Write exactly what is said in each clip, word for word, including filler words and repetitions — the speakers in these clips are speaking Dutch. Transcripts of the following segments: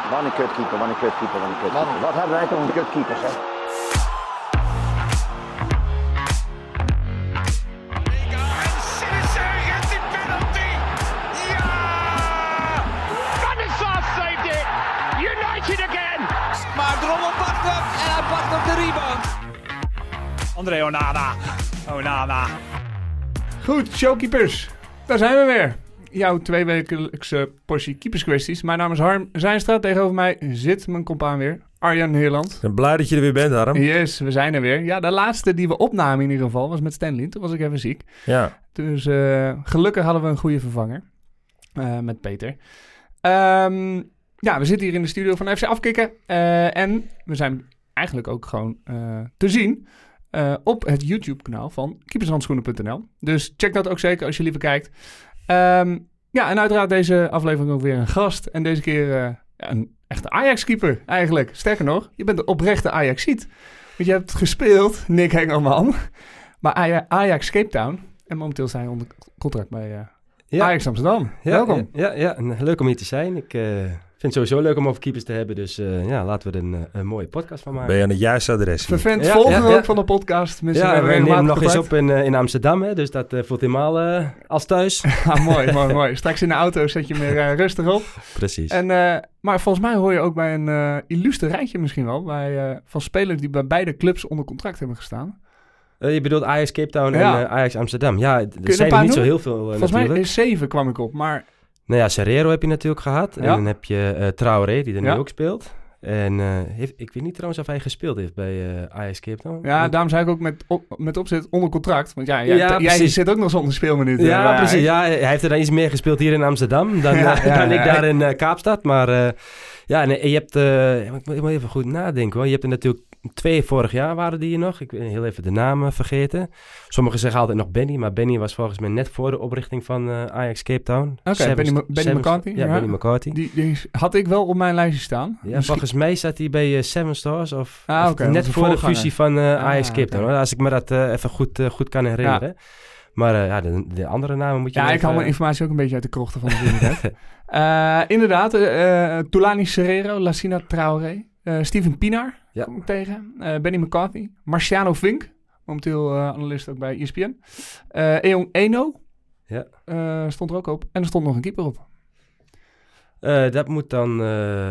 Wat een kutkeeper, wat een kutkeeper, wat een kutkeeper. Wat hebben wij toch een kutkeeper, zeg. Maar Drommel pakt hem en hij pakt op de rebound. André Onana. Onana. Goed, showkeepers. Daar zijn we weer. Jouw tweewekelijkse portie keeperskwesties. Mijn naam is Harm Zijnstra. Tegenover mij zit mijn compaan weer, Arjan Heerland. Ik ben blij dat je er weer bent, Harm. Yes, we zijn er weer. Ja, de laatste die we opnamen in ieder geval was met Stanley. Toen was ik even ziek. Ja. Dus uh, gelukkig hadden we een goede vervanger. Uh, met Peter. Um, ja, we zitten hier in de studio van F C Afkikken. Uh, en we zijn eigenlijk ook gewoon uh, te zien uh, op het YouTube-kanaal van keepershandschoenen punt n l. Dus check dat ook zeker als je liever kijkt. Um, ja, en uiteraard deze aflevering ook weer een gast. En deze keer uh, ja, een echte Ajax-keeper eigenlijk. Sterker nog, je bent een oprechte Ajaxiet. Want je hebt gespeeld, Nick Hengelman, bij Ajax Cape Town. En momenteel zijn je onder contract bij uh, ja. Ajax Amsterdam. Ja, welkom. Ja, ja, ja, leuk om hier te zijn. Ik uh, vind het sowieso leuk om over keepers te hebben. Dus uh, ja, laten we er een, een mooie podcast van maken. Ben je aan het juiste adres? Vervent ja, volgen ja, ook ja. van de podcast. Mensen ja, we nemen nemen nog contact. eens op in, uh, in Amsterdam. Hè, dus dat uh, voelt helemaal uh, als thuis. ah, mooi, mooi, mooi. Straks in de auto zet je meer uh, rustig op. Precies. En, uh, maar volgens mij hoor je ook bij een uh, illustre rijtje misschien wel. Bij, uh, van spelers die bij beide clubs onder contract hebben gestaan. Uh, je bedoelt Ajax Cape Town ja. en uh, Ajax Amsterdam. Ja, er zijn er niet zo heel veel uh, volgens natuurlijk. mij is zeven kwam ik op, maar... Nou ja, Serrero heb je natuurlijk gehad. Ja. En dan heb je uh, Traoré, die er ja. nu ook speelt. En uh, heeft, ik weet niet trouwens of hij gespeeld heeft bij uh, Ajax Cape Town. Ja, Want... daarom zei ik ook met, op, met opzet onder contract. Want ja, jij, ja, t- jij zit ook nog zonder speelminuten. Ja, uh, precies. Ja, hij heeft er dan iets meer gespeeld hier in Amsterdam dan, ja, uh, ja, dan ja, ik ja. daar in uh, Kaapstad. Maar uh, ja, en, en je hebt... Uh, ik moet even goed nadenken hoor. Je hebt er natuurlijk twee vorig jaar waren die hier nog. Ik ben heel even de namen vergeten. Sommigen zeggen altijd nog Benny. Maar Benny was volgens mij net voor de oprichting van uh, Ajax Cape Town. Oké, okay, Benny, M- Benny McCarthy. Ja, ja, Benny McCarthy. Die, die had ik wel op mijn lijstje staan. Ja, Misschien... volgens mij zat hij bij uh, Seven Stars of, ah, of okay, net voor de fusie van uh, ah, Ajax Cape Town. Okay. Als ik me dat uh, even goed, uh, goed kan herinneren. Ja. Maar uh, ja, de, de andere namen moet je... Ja, even, ik haal mijn informatie ook een beetje uit de krochten van de vrienden. uh, inderdaad, uh, Tulani Serrero, Lassina Traoré, uh, Steven Pienaar ja. kom ik tegen, uh, Benny McCarthy, Marciano Vink, momenteel uh, analist ook bij E S P N. Uh, Eon Eno ja. uh, stond er ook op. En er stond nog een keeper op. Uh, dat moet dan... Uh,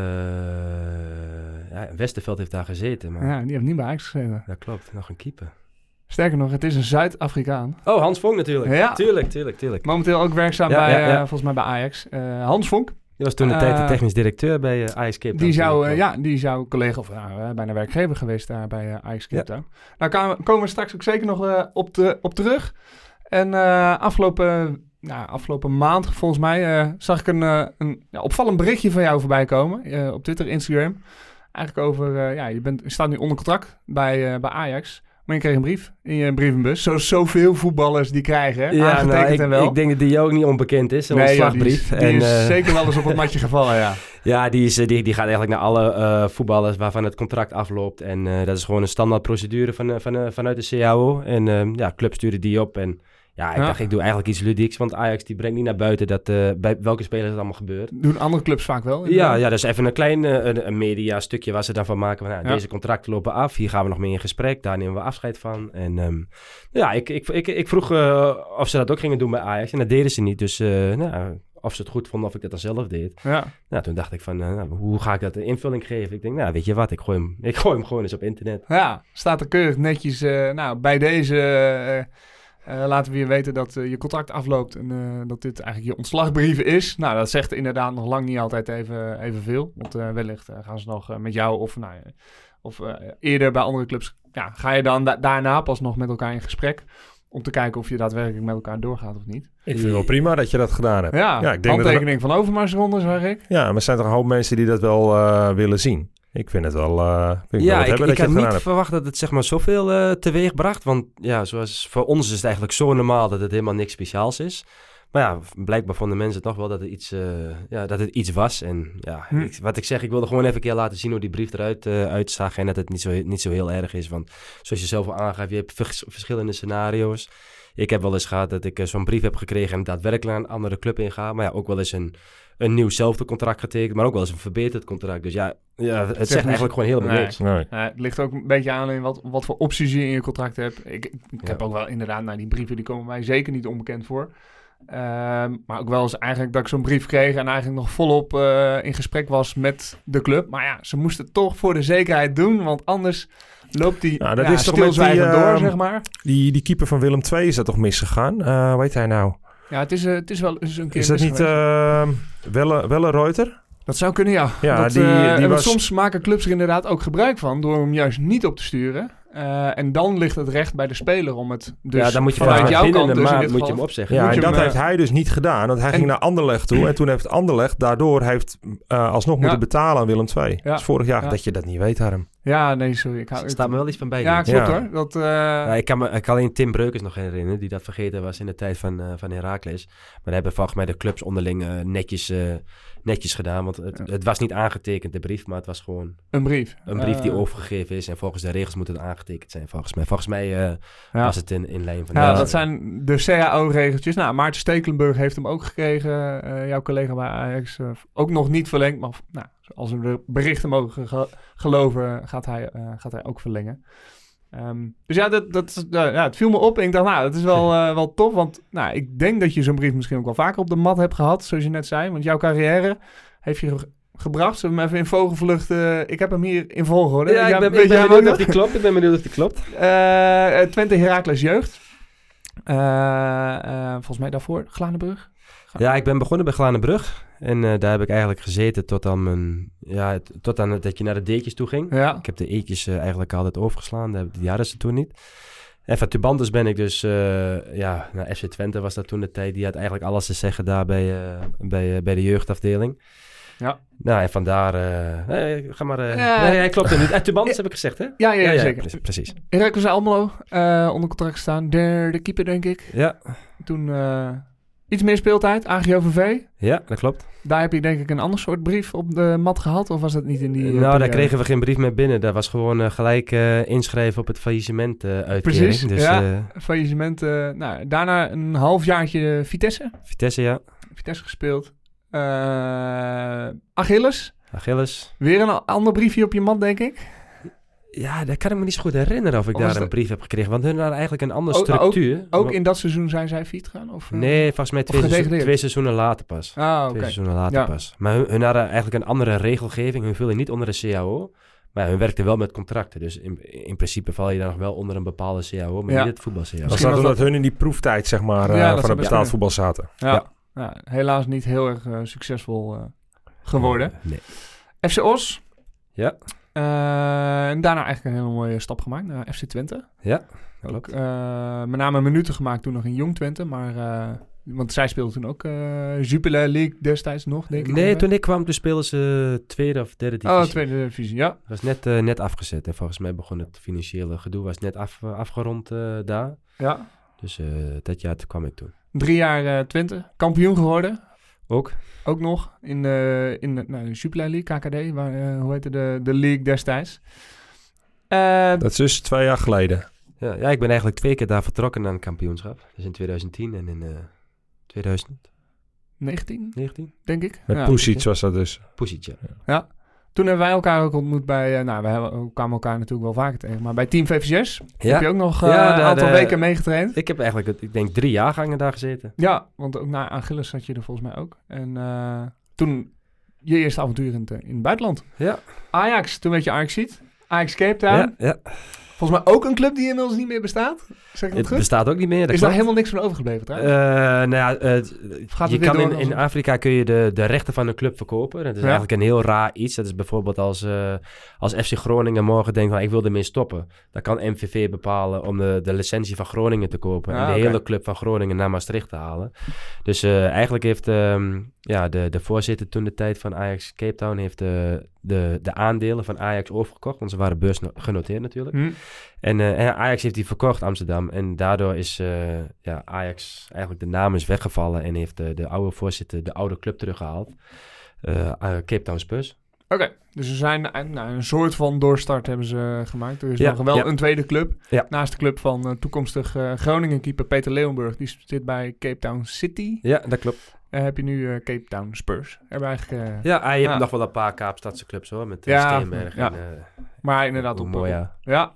ja, Westerveld heeft daar gezeten. Maar... Ja, die heeft niet bij Ajax gezeten. Dat klopt, nog een keeper. Sterker nog, het is een Zuid-Afrikaan. Oh, Hans Vonk natuurlijk. Ja. Tuurlijk, tuurlijk, tuurlijk. Momenteel ook werkzaam ja, bij, ja, ja. Uh, volgens mij bij Ajax. Uh, Hans Vonk. Die was toen de uh, tijd de technisch directeur bij uh, Ajax Cape Town. Die zou, uh, ja, die zou collega of uh, bijna werkgever geweest daar bij uh, Ajax Cape Town. Ja. Nou, kan, komen we straks ook zeker nog uh, op, de, op terug. En uh, afgelopen... Nou, afgelopen maand, volgens mij, uh, zag ik een, uh, een ja, opvallend berichtje van jou voorbij komen. Uh, op Twitter, Instagram. Eigenlijk over, uh, ja, je, bent, je staat nu onder contract bij, uh, bij Ajax. Maar je kreeg een brief in je brievenbus. Zoals zoveel voetballers die krijgen, hè? Ja, aangetekend nou, ik, en wel. ik denk dat die ook niet onbekend is, een nee, ontslagbrief. Ja, die is, die en, is uh, zeker wel eens op het matje gevallen, ja. Ja, die, is, die, die gaat eigenlijk naar alle uh, voetballers waarvan het contract afloopt. En uh, dat is gewoon een standaard procedure van, uh, van, uh, vanuit de C A O. En uh, ja, club stuurde die op en... Ja, ik ja. dacht, ik doe eigenlijk iets ludieks, want Ajax die brengt niet naar buiten dat uh, bij welke spelers het allemaal gebeurt. Doen andere clubs vaak wel? Ja, ja, dat is even een klein uh, een, een media stukje waar ze dan van maken. Van, nou, ja. Deze contracten lopen af, hier gaan we nog mee in gesprek, daar nemen we afscheid van. En um, ja, ik, ik, ik, ik vroeg uh, of ze dat ook gingen doen bij Ajax en dat deden ze niet. Dus uh, nou, of ze het goed vonden of ik dat dan zelf deed. Ja. Nou, toen dacht ik van, uh, nou, hoe ga ik dat een invulling geven? Ik denk, nou, weet je wat, ik gooi hem, ik gooi hem gewoon eens op internet. Ja, staat er keurig netjes, uh, nou, bij deze... Uh, Uh, laten we je weten dat uh, je contract afloopt en uh, dat dit eigenlijk je ontslagbrief is. Nou, dat zegt inderdaad nog lang niet altijd even, even veel. Want uh, wellicht uh, gaan ze nog uh, met jou of, nou, of uh, eerder bij andere clubs... Ja, ga je dan da- daarna pas nog met elkaar in gesprek... om te kijken of je daadwerkelijk met elkaar doorgaat of niet. Ik vind het wel prima dat je dat gedaan hebt. Ja, ja ik denk handtekening dat... van Overmarsronde, zeg ik. Ja, maar er zijn toch een hoop mensen die dat wel uh, willen zien. Ik vind het wel... Uh, vind ja, wel ik, ik, ik had niet hebt. verwacht dat het zeg maar zoveel uh, teweeg bracht. Want ja, zoals voor ons is het eigenlijk zo normaal dat het helemaal niks speciaals is. Maar ja, blijkbaar vonden mensen toch wel dat het iets, uh, ja, dat het iets was. En ja, hm. ik, wat ik zeg, ik wilde gewoon even een keer laten zien hoe die brief eruit uh, uitzag. En dat het niet zo, niet zo heel erg is. Want zoals je zelf al aangeeft, je hebt vers- verschillende scenario's. Ik heb wel eens gehad dat ik uh, zo'n brief heb gekregen en daadwerkelijk naar een andere club inga. Maar ja, ook wel eens een, een nieuwzelfde contract getekend, maar ook wel eens een verbeterd contract. Dus ja, ja het zegt eigenlijk gewoon helemaal Nee. niks. Nee. Uh, het ligt ook een beetje aan in wat, wat voor opties je in je contract hebt. Ik, ik Ja. heb ook wel inderdaad, nou, die brieven die komen mij zeker niet onbekend voor. Ehm, maar ook wel eens eigenlijk dat ik zo'n brief kreeg en eigenlijk nog volop uh, in gesprek was met de club. Maar ja, ze moesten het toch voor de zekerheid doen, want anders loopt die Nou, dat ja, is toch met die, stilzwijgend door, uh, zeg maar. Die, die keeper van Willem twee is dat toch misgegaan? Uh, hoe heet hij nou? Ja, het is, uh, het is wel eens een keer Is dat mis niet geweest. uh, Welle, Welle Reuter? Dat zou kunnen, ja. Ja, dat, die- uh, die en was- soms maken clubs er inderdaad ook gebruik van door hem juist niet op te sturen. Uh, en dan ligt het recht bij de speler om het dus ja, dan moet je vanuit vanuit jouw binnen kant een dus in maand dit moet je geval. hem opzeggen. Ja, Moet en je dat hem, heeft uh, hij dus niet gedaan. Want hij en- ging naar Anderlecht toe. En toen heeft Anderlecht daardoor heeft, uh, alsnog Ja. moeten betalen aan Willem twee. Ja. Dus vorig jaar Ja. dat je dat niet weet, Harm. Ja, nee, sorry. Ik hou, Er staat me wel iets van bij. Ja, dit. klopt Ja. hoor. Dat, uh, Ja, ik, kan me, ik kan alleen Tim Breukers nog herinneren, die dat vergeten was in de tijd van, uh, van Heracles. Maar daar hebben volgens mij de clubs onderling uh, netjes, uh, netjes gedaan. Want het, Ja. het was niet aangetekend, de brief, maar het was gewoon een brief. een brief die Uh, overgegeven is. En volgens de regels moet het aangetekend zijn, volgens mij. Volgens mij uh, Ja. was het in, in lijn van... Ja, de- dat zijn de C A O-regeltjes. Nou, Maarten Stekelenburg heeft hem ook gekregen. Uh, jouw collega bij Ajax. Uh, ook nog niet verlengd. Maar nou, als we de berichten mogen ge- geloven, gaat hij, uh, gaat hij ook verlengen. Um, dus ja, dat, dat, uh, ja, het viel me op. En ik dacht, nou, dat is wel, uh, wel tof. Want nou, ik denk dat je zo'n brief misschien ook wel vaker op de mat hebt gehad. Zoals je net zei. Want jouw carrière heeft je ge- gebracht. Zullen we hem even in vogelvlucht... Uh, ik heb hem hier in volgorde. Ja, ik ben, weet ik ben jij hem ook benieuwd nog? of die klopt. Ik ben benieuwd of die klopt. Uh, Twente Heracles Jeugd. Uh, uh, volgens mij daarvoor Glanenbrug. Ja, ik ben begonnen bij Glanenbrug. En uh, daar heb ik eigenlijk gezeten tot aan, mijn, ja, het- tot aan het, dat je naar de D'tjes toe ging. Ja. Ik heb de E'tjes uh, eigenlijk altijd overgeslaan. Dat- Die hadden ze toen niet. En van Tubantes ben ik dus... Uh, ja, naar F C Twente was dat toen de tijd. Die had eigenlijk alles te zeggen daar bij, uh, bij, uh, bij de jeugdafdeling. Ja. Nou, en vandaar... Uh, nee, ga maar... Uh, Ja. Nee, hij klopt er niet. Uh, Tubantes heb ik gezegd, hè? Ja, ja, zeker. pre- Precies. Heracles Almelo, uh, onder contract staan. Derde keeper, denk ik. Ja, Toen uh, iets meer speeltijd, A G O V V. ja, dat klopt. Daar heb je denk ik een ander soort brief op de mat gehad. Of was dat niet in die... uh, nou, daar periode? kregen we geen brief meer binnen. Dat was gewoon uh, gelijk uh, inschrijven op het faillissement uh, uitkering. Precies, Dus ja. uh, Faillissement. Uh, nou, daarna een halfjaartje Vitesse. Vitesse, ja. Vitesse gespeeld. Uh, Achilles. Achilles. Weer een ander briefje op je mat, denk ik. Ja, daar kan ik me niet zo goed herinneren of ik Of was daar een dat- brief heb gekregen. Want hun hadden eigenlijk een andere Ook- structuur. Ook Wa- in dat seizoen zijn zij fiets gaan? Of, uh? Nee, volgens mij of twee, seizoen- gedegradeerd? twee seizoenen later pas. Ah, oké. Twee seizoenen later Ja. pas. Maar hun, hun hadden eigenlijk een andere regelgeving. Hun vielen niet onder de C A O. Maar hun werkten wel met contracten. Dus in, in principe val je dan nog wel onder een bepaalde C A O. Maar Ja. niet het voetbal C A O. Was Misschien dat was omdat dat- hun in die proeftijd, zeg maar, Ja, uh, dat van zou het best betaald voetbal zaten? Ja. Ja. Ja, helaas niet heel erg uh, succesvol uh, geworden. Nee. F C Os. Ja. Uh, en daarna eigenlijk een hele mooie stap gemaakt naar F C Twente. Ja, Ook klopt. uh, met name minuten gemaakt toen nog in Jong Twente. Maar, uh, want zij speelden toen ook uh, Jupiler League destijds nog, denk ik. Nee, nog, toen ik kwam, toen speelden ze tweede of derde divisie. Oh, tweede divisie, ja. Dat was net, uh, net afgezet. En volgens mij begon het financiële gedoe. Was net af, uh, afgerond uh, daar. ja. Dus uh, dat jaar toen kwam ik toen. Drie jaar uh, Twente. Kampioen geworden. Ook? Ook nog in de, in de, nou, de Jupiler League, K K D. Waar, uh, hoe heette de, de league destijds. Uh, Dat is dus twee jaar geleden. Ja, ja, ik ben eigenlijk twee keer daar vertrokken naar een kampioenschap. Dus in twintig tien en in uh, twintig negentien, negentien. denk ik. Met ja. Pusic was dat dus. Pusic, ja. Ja. Toen hebben wij elkaar ook ontmoet bij... Uh, nou, we hebben, kwamen elkaar natuurlijk wel vaker tegen. Maar bij Team V V zes Ja. heb je ook nog uh, Ja, een de- aantal de- weken meegetraind. Ik heb eigenlijk, ik denk, drie jaargangen daar gezeten. Ja, want ook na Achilles zat je er volgens mij ook. En uh, toen je eerste avontuur in het, in het buitenland. Ja. Ajax, toen werd je Ajax ziet. Ajax Cape Town. Ja, ja. Volgens mij ook een club die inmiddels niet meer bestaat. Zeg ik dat Het goed? bestaat ook niet meer. Dat Is daar klopt. helemaal niks van overgebleven trouwens? Uh, nou ja, uh, gaat je het weer kan door in, als in een- Afrika kun je de, de rechten van een club verkopen. Dat is Ja. eigenlijk een heel raar iets. Dat is bijvoorbeeld als, uh, als F C Groningen morgen denkt van ik wil ermee stoppen. Dan kan M V V bepalen om de, de licentie van Groningen te kopen. Ah, en de oké. hele club van Groningen naar Maastricht te halen. Dus uh, eigenlijk heeft um, ja, de, de voorzitter toen de tijd van Ajax Cape Town heeft de, de, de aandelen van Ajax overgekocht. Want ze waren beursgenoteerd natuurlijk. Hm. En, uh, en Ajax heeft die verkocht, Amsterdam. En daardoor is uh, ja, Ajax, eigenlijk de naam is weggevallen. En heeft uh, de oude voorzitter de oude club teruggehaald. Uh, uh, Cape Town Spurs. Oké, okay, dus ze zijn nou, een soort van doorstart hebben ze gemaakt. Er is ja, nog wel ja. een tweede club. Ja. Naast de club van uh, toekomstig uh, Groningen-keeper Peter Leeuwenburg. Die zit bij Cape Town City. Ja, dat klopt. Uh, heb je nu uh, Cape Town Spurs. Hebben eigenlijk, uh, ja, hij heeft ja. nog wel een paar Kaapstadse clubs hoor. Met uh, ja, Steenberg. Ja. En, uh, maar inderdaad op mooi, ja. Ja.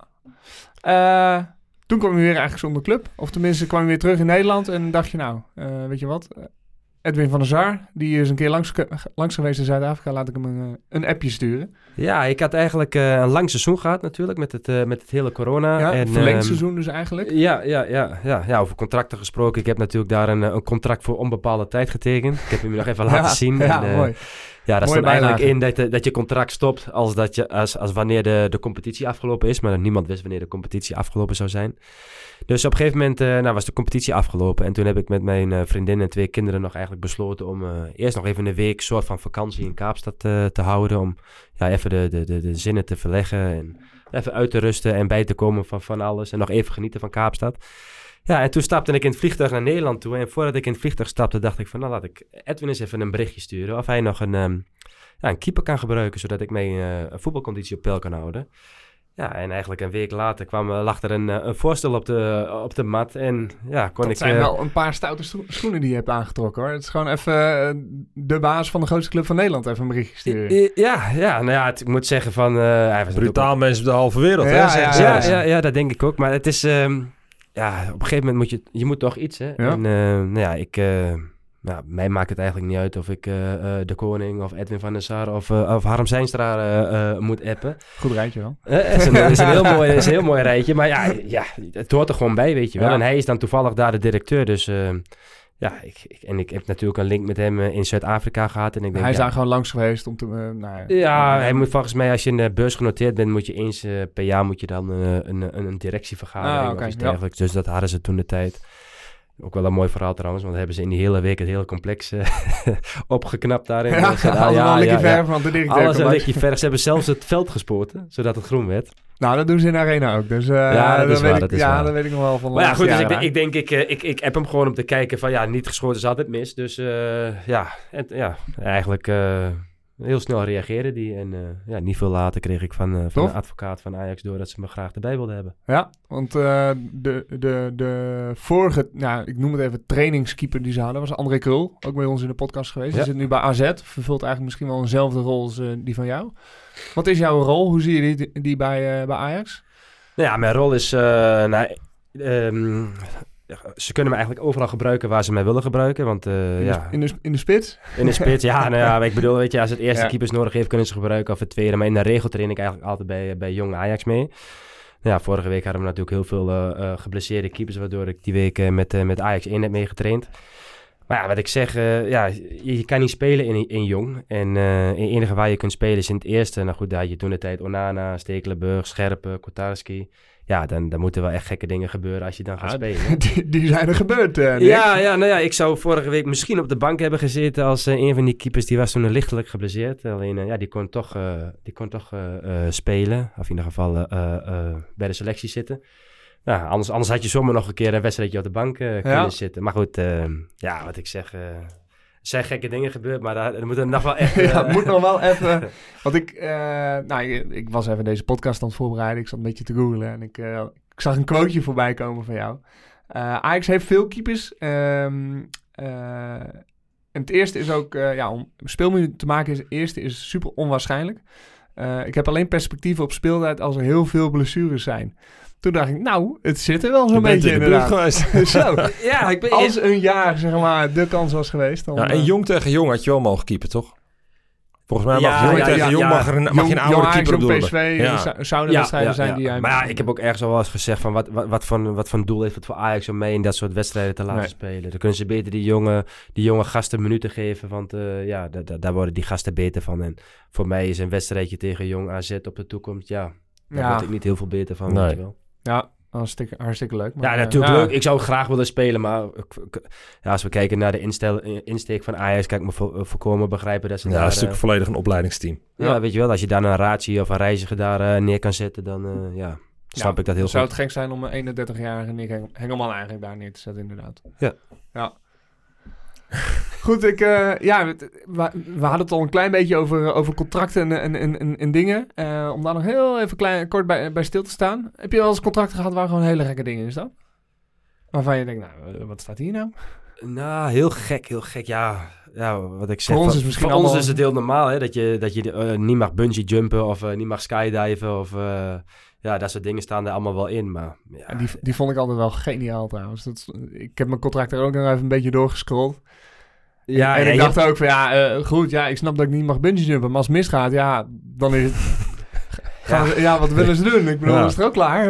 Uh, toen kwam je weer eigenlijk zonder club. Of tenminste kwam je weer terug in Nederland. En dacht je nou, uh, weet je wat... Uh, Edwin van der Sar, die is een keer langs, langs geweest in Zuid-Afrika. Laat ik hem een, een appje sturen. Ja, ik had eigenlijk uh, een lang seizoen gehad natuurlijk met het, uh, met het hele corona. Ja, en, een verlengd um, seizoen dus eigenlijk. Ja, ja, ja, ja, ja, over contracten gesproken. Ik heb natuurlijk daar een, een contract voor onbepaalde tijd getekend. Ik heb hem nog even laten ja, zien. Ja, en, uh, mooi. Ja, daar Mooie stond eigenlijk bijlage. in dat, dat je contract stopt als, dat je, als, als wanneer de, de competitie afgelopen is. Maar niemand wist wanneer de competitie afgelopen zou zijn. Dus op een gegeven moment uh, nou, was de competitie afgelopen. En toen heb ik met mijn uh, vriendin en twee kinderen nog eigenlijk besloten om uh, eerst nog even een week soort van vakantie in Kaapstad uh, te houden. Om ja, even de, de, de, de zinnen te verleggen en even uit te rusten en bij te komen van, van alles. En nog even genieten van Kaapstad. Ja, en toen stapte ik in het vliegtuig naar Nederland toe. En voordat ik in het vliegtuig stapte, dacht ik van... nou, laat ik Edwin eens even een berichtje sturen... of hij nog een, um, ja, een keeper kan gebruiken... zodat ik mijn uh, voetbalconditie op peil kan houden. Ja, en eigenlijk een week later kwam, lag er een, een voorstel op de, op de mat. En ja, kon dat ik... zijn uh, wel een paar stoute scho- schoenen die je hebt aangetrokken, hoor. Het is gewoon even uh, de baas van de grootste club van Nederland even een berichtje sturen. Ja, ja, nou ja, het, ik moet zeggen van... Uh, hij was brutaal mensen op de halve wereld, ja, hè? Ja, zeggen ja, ze. ja, ja, ja, dat denk ik ook. Maar het is... Um, ja, op een gegeven moment moet je... Je moet toch iets, hè? Ja. En uh, nou ja, ik... Uh, Nou, mij maakt het eigenlijk niet uit of ik uh, uh, De Koning of Edwin van der Sar of, uh, of Harm Zijnstra uh, uh, moet appen. Goed rijtje wel. Het uh, is, is, een heel mooi, is een heel mooi rijtje, maar ja, ja, het hoort er gewoon bij, weet je wel. Ja. En hij is dan toevallig daar de directeur, dus uh, ja, ik, ik, en ik heb natuurlijk een link met hem uh, in Zuid-Afrika gehad. En ik denk, hij is ja, daar gewoon langs geweest om te... Uh, nou, ja, ja, hij moet volgens mij, als je in de beurs genoteerd bent, moet je eens uh, per jaar moet je dan uh, een, een, een directievergadering Ah, okay, of iets dergelijks. Ja. Dus dat hadden ze toen de tijd. Ook wel een mooi verhaal trouwens, want hebben ze in die hele week het hele complex uh, opgeknapt daarin. Ja, Dus, uh, allemaal ja, een likje ja, ver ja. van de directeur. Alles een langs. likje ver. Ze hebben zelfs het veld gespoten, zodat het groen werd. Nou, dat doen ze in de arena ook. Dus uh, ja, dat is weet waar, ik, dat is ja, waar. dat weet ik nog wel van. Maar ja, goed, dus ik, jaren. ik denk, ik, ik, ik app hem gewoon om te kijken van, ja, niet geschoten is altijd mis. Dus uh, ja, en, ja, eigenlijk uh, heel snel reageerde die. En uh, ja, niet veel later kreeg ik van, uh, van Tof. de advocaat van Ajax door dat ze me graag erbij wilden hebben. Ja, want uh, de, de, de vorige, nou, ik noem het even trainingskeeper die ze hadden, was André Krul. Ook bij ons in de podcast geweest. Ja. Die zit nu bij A Z. Vervult eigenlijk misschien wel eenzelfde rol als uh, die van jou. Wat is jouw rol? Hoe zie je die, die bij, uh, bij Ajax? Nou ja, mijn rol is... Uh, nou, um, ze kunnen me eigenlijk overal gebruiken waar ze mij willen gebruiken. Want uh, In, ja, de, in, de, in de spits? in de spits, ja, nou ja, ik bedoel, weet je, als het eerste Ja. keepers nodig heeft, kunnen ze gebruiken. Of het tweede, maar in de regel train ik eigenlijk altijd bij, bij jong Ajax mee. Nou ja, vorige week hadden we natuurlijk heel veel uh, uh, geblesseerde keepers, waardoor ik die week uh, met, uh, met Ajax één heb meegetraind. Maar ja, wat ik zeg, uh, ja, je, je kan niet spelen in, in jong. En uh, het enige waar je kunt spelen is in het eerste. Nou goed, daar had je toen de tijd Onana, Stekelenburg, Scherpen, Kotarski. Ja, dan, dan moeten wel echt gekke dingen gebeuren als je dan gaat Ah, spelen. Die, die zijn er gebeurd, uh, Nick. Ja, ja, nou ja, ik zou vorige week misschien op de bank hebben gezeten als uh, een van die keepers. Die was toen lichtelijk geblesseerd. Alleen, uh, ja, die kon toch, uh, die kon toch uh, uh, spelen. Of in ieder geval uh, uh, bij de selectie zitten. Nou, anders, anders had je zomaar nog een keer een wedstrijdje op de bank uh, kunnen Ja. zitten. Maar goed, uh, ja, wat ik zeg... Uh, er zijn gekke dingen gebeurd, maar daar, er moeten nog wel echt... Uh, Ja, het moet nog wel even... Want ik, uh, nou, ik, ik was even deze podcast aan het voorbereiden. Ik zat een beetje te googlen en ik, uh, ik zag een quoteje voorbij komen van jou. Uh, Ajax heeft veel keepers. Um, uh, en het eerste is ook... Uh, ja, om speelminuten te maken is het eerste is super onwaarschijnlijk. Uh, ik heb alleen perspectieven op speeltijd als er heel veel blessures zijn. Toen dacht ik, nou, het zit er wel zo'n Je bent beetje in de buurt inderdaad. geweest. Zo. ja, ik ben... Als een jaar, zeg maar, de kans was geweest. Dan, Ja, en uh, jong tegen jong had je wel mogen keepen, toch? Volgens mij mag Ja, jong ja, tegen ja, jong ja. mag, er een, mag Jong- je een oude Jong Ajax, keeper op Jong doelen. P S V Ja. zou- zouden wedstrijden zijn die jij... Maar ja, ik heb ook ergens al wel eens gezegd van wat, wat, wat, voor, wat voor een doel heeft het voor Ajax om mee in dat soort wedstrijden te laten Nee. spelen. Dan kunnen ze beter die jonge, die jonge gasten minuten geven, want uh, ja, da, da, daar worden die gasten beter van. En voor mij is een wedstrijdje tegen Jong A Z op de toekomst, ja, daar Ja. word ik niet heel veel beter van, Nee. weet je wel. Ja, hartstikke, hartstikke leuk. Maar, Ja, uh, natuurlijk ja. leuk. Ik zou het graag willen spelen, maar ik- ik- ja, als we kijken naar de instel, insteek van Ajax, kan ik me vo- voorkomen begrijpen dat ze Ja, daar... dat is natuurlijk uh, volledig een opleidingsteam. ja, Ja. weet je wel, als je daar een ratio of een reiziger daar uh, neer kan zetten, dan uh, ja, snap Ja, ik dat heel Zou goed. het gek zijn om een eenendertigjarige Nick Heng- Hengelman eigenlijk daar neer te zetten, inderdaad. Ja. Ja. Goed, ik, uh, ja, we, we hadden het al een klein beetje over, over contracten en, en, en, en dingen. Uh, om daar nog heel even klein, kort bij, bij stil te staan. Heb je wel eens contracten gehad waar gewoon hele gekke dingen in staan? Waarvan je denkt, nou, wat staat hier nou? Nou, heel gek, heel gek. Ja, ja wat ik zeg. Voor ons van, is, misschien voor allemaal... ons is het heel normaal, hè, dat je, dat je uh, niet mag bungee jumpen of uh, niet mag skydiven of... Uh, ja, dat soort dingen staan er allemaal wel in, maar... Ja. Ja, die, die vond ik altijd wel geniaal trouwens. Dat, ik heb mijn contract er ook nog even een beetje doorgescrolld. Ja, en, en ja, ik dacht hebt... ook van, ja, uh, goed, ja, ik snap dat ik niet mag bungee jumpen, maar als het misgaat, ja, dan is het... Ja. Ze, ja, wat willen ze doen? Ik bedoel, ja. Is het ook klaar?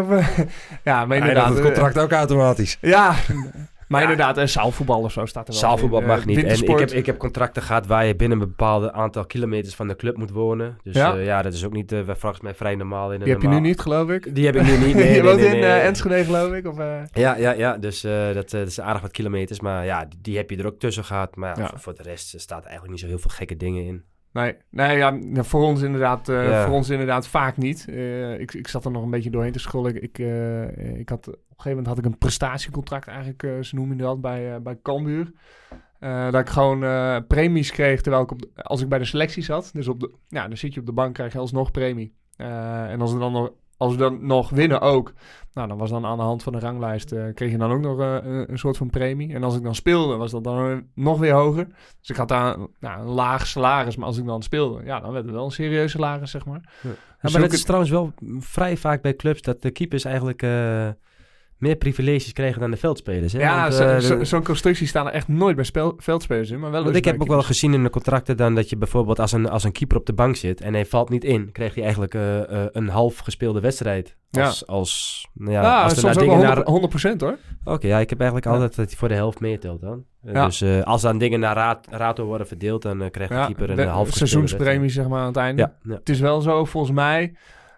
Ja, maar inderdaad... Ja, het contract ook automatisch. Ja... Maar ja. inderdaad, een zaalvoetbal of zo staat er wel. Zaalvoetbal in. mag uh, niet. En ik heb, ik heb contracten gehad waar je binnen een bepaald aantal kilometers van de club moet wonen. Dus ja, uh, ja dat is ook niet uh, volgens mij vrij normaal. In die heb normaal... je nu niet, geloof ik? Die heb ik nu niet, nee. Je nee, woont nee, in nee, uh, nee. Enschede, geloof ik? Of, uh... Ja, ja, ja. Dus uh, dat, uh, dat is aardig wat kilometers. Maar ja, die, die heb je er ook tussen gehad. Maar ja, ja. Voor, voor de rest staat er eigenlijk niet zo heel veel gekke dingen in. Nee, nee ja, voor ons inderdaad, uh, ja. voor ons inderdaad vaak niet. Uh, ik, ik zat er nog een beetje doorheen te scrollen. Ik, uh, ik had, op een gegeven moment had ik een prestatiecontract eigenlijk, uh, ze noemen dat, bij, uh, bij Cambuur. Uh, dat ik gewoon uh, premies kreeg terwijl ik op de, als ik bij de selectie zat. Dus op de, ja, dan zit je op de bank, krijg je alsnog premie. Uh, en als we dan nog, als we dan nog winnen ook, nou dan was dan aan de hand van de ranglijst, uh, kreeg je dan ook nog uh, een, een soort van premie. En als ik dan speelde, was dat dan nog weer hoger. Dus ik had daar nou, een laag salaris, maar als ik dan speelde, ja, dan werd het wel een serieus salaris, zeg maar. Ja. Dus ja, maar dat is het... trouwens wel vrij vaak bij clubs dat de keepers eigenlijk... Uh... meer privileges kregen dan de veldspelers. Hè? Ja, Want, zo, uh, zo, zo'n constructie staan er echt nooit bij spel, veldspelers in. Maar wel want ik heb ook wel gezien in de contracten dan dat je bijvoorbeeld als een, als een keeper op de bank zit en hij valt niet in, krijg je eigenlijk uh, uh, een half gespeelde wedstrijd. Als, ja. als, nou ja, ja, als er soms nou ook dingen wel honderd procent naar... hoor. Oké, okay, ja, ik heb eigenlijk ja. altijd dat hij voor de helft meetelt dan. Uh, ja. Dus uh, als dan dingen naar raad, rato worden verdeeld, dan uh, krijgt de ja, keeper een de, half gespeelde seizoenspremie, zeg maar, aan het einde. Ja, ja. Het is wel zo, volgens mij...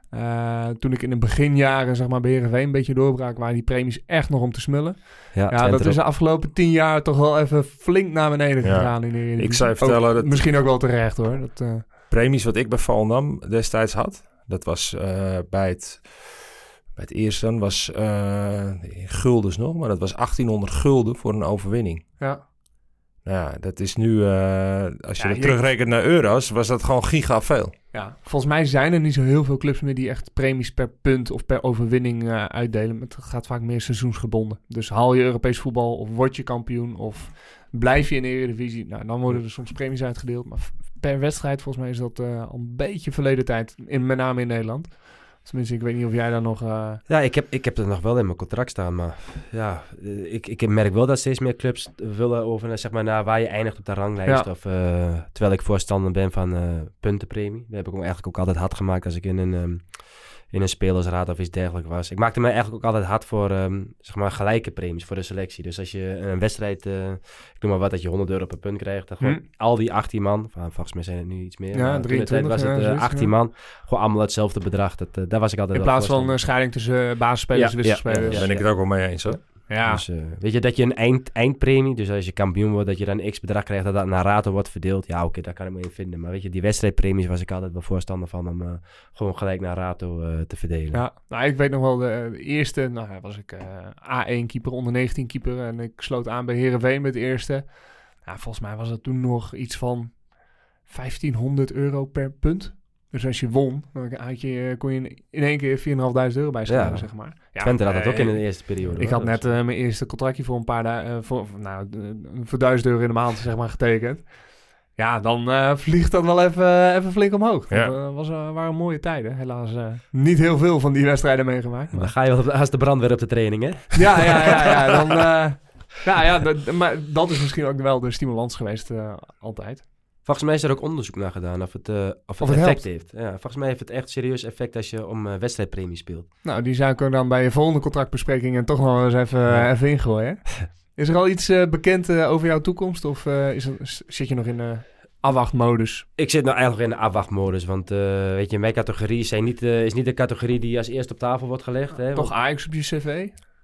Uh, toen ik in de beginjaren zeg maar, bij Heerenveen een beetje doorbrak, waren die premies echt nog om te smullen. Ja, ja dat is de afgelopen tien jaar toch wel even flink naar beneden ja. gegaan. In de, in ik zou je vertellen... ook, dat misschien ook wel terecht hoor. Dat, uh... premies wat ik bij Volendam destijds had, dat was uh, bij, het, bij het eerste, dan was uh, in guldens nog, maar dat was achttienhonderd gulden voor een overwinning. Ja. Nou ja, dat is nu, uh, als je ja, dat je... terugrekent naar euro's, was dat gewoon giga veel. Ja, volgens mij zijn er niet zo heel veel clubs meer die echt premies per punt of per overwinning uh, uitdelen. Het gaat vaak meer seizoensgebonden. Dus haal je Europees voetbal of word je kampioen of blijf je in de Eredivisie. Nou, dan worden er soms premies uitgedeeld. Maar per wedstrijd volgens mij is dat uh, al een beetje verleden tijd, in, met name in Nederland. Tenminste, ik weet niet of jij daar nog... Uh... Ja, ik heb, ik heb er nog wel in mijn contract staan, maar ja, ik, ik merk wel dat steeds meer clubs willen over, zeg maar, naar waar je eindigt op de ranglijst. Ja. Of, uh, terwijl ik voorstander ben van uh, puntenpremie. Dat heb ik me eigenlijk ook altijd hard gemaakt als ik in een, um, in een spelersraad of iets dergelijks was. Ik maakte me eigenlijk ook altijd hard voor, um, zeg maar, gelijke premies voor de selectie. Dus als je een wedstrijd, uh, ik noem maar wat, dat je honderd euro per punt krijgt, dan gewoon hmm. al die achttien man, volgens mij zijn het nu iets meer. Ja, drieëntwintig was het uh, ja, achttien man, gewoon allemaal hetzelfde bedrag. Dat, uh, daar was ik altijd in plaats van uh, scheiding tussen uh, basisspelers en ja, wisselspelers. Ja, ja, daar ben ik het ook wel mee eens hoor. Ja. Dus uh, weet je, dat je een eind, eindpremie, dus als je kampioen wordt, dat je dan x bedrag krijgt, dat dat naar rato wordt verdeeld. Ja, oké, okay, daar kan ik me in vinden. Maar weet je, die wedstrijdpremies was ik altijd wel voorstander van om uh, gewoon gelijk naar rato uh, te verdelen. Ja, nou, ik weet nog wel, de, de eerste, nou was ik uh, A één keeper, onder negentien keeper en ik sloot aan bij Heerenveen met de eerste. Nou, volgens mij was het toen nog iets van vijftienhonderd euro per punt. Dus als je won, dan had je, kon je in één keer vierduizend vijfhonderd euro bijschrijven, ja. zeg maar. Ja, Twente had dat ook in de eerste periode. Ik hoor, had net uh, mijn eerste contractje voor een paar dagen, uh, voor, nou, uh, voor duizend euro in de maand, zeg maar, getekend. Ja, dan uh, vliegt dat wel even, uh, even flink omhoog. Dat ja. uh, was, uh, waren mooie tijden. Helaas uh, niet heel veel van die wedstrijden meegemaakt. Maar... Dan ga je wel als de brandweer op de training, hè? Ja, ja, ja. ja dan, uh, ja, ja dat, maar dat is misschien ook wel de stimulans geweest, uh, altijd. Volgens mij is er ook onderzoek naar gedaan of het, uh, of het, of het effect helpt. heeft. Ja, volgens mij heeft het echt serieus effect als je om uh, wedstrijdpremie speelt. Nou, die zou ik er dan bij je volgende contractbespreking toch nog eens even, ja. even ingooien. Is er al iets uh, bekend uh, over jouw toekomst? Of uh, is er, zit je nog in de afwachtmodus? Ik zit nou eigenlijk in de afwachtmodus. Want uh, weet je, mijn categorie zijn niet, uh, is niet de categorie die als eerste op tafel wordt gelegd. Hè, toch want... Ajax op je cv?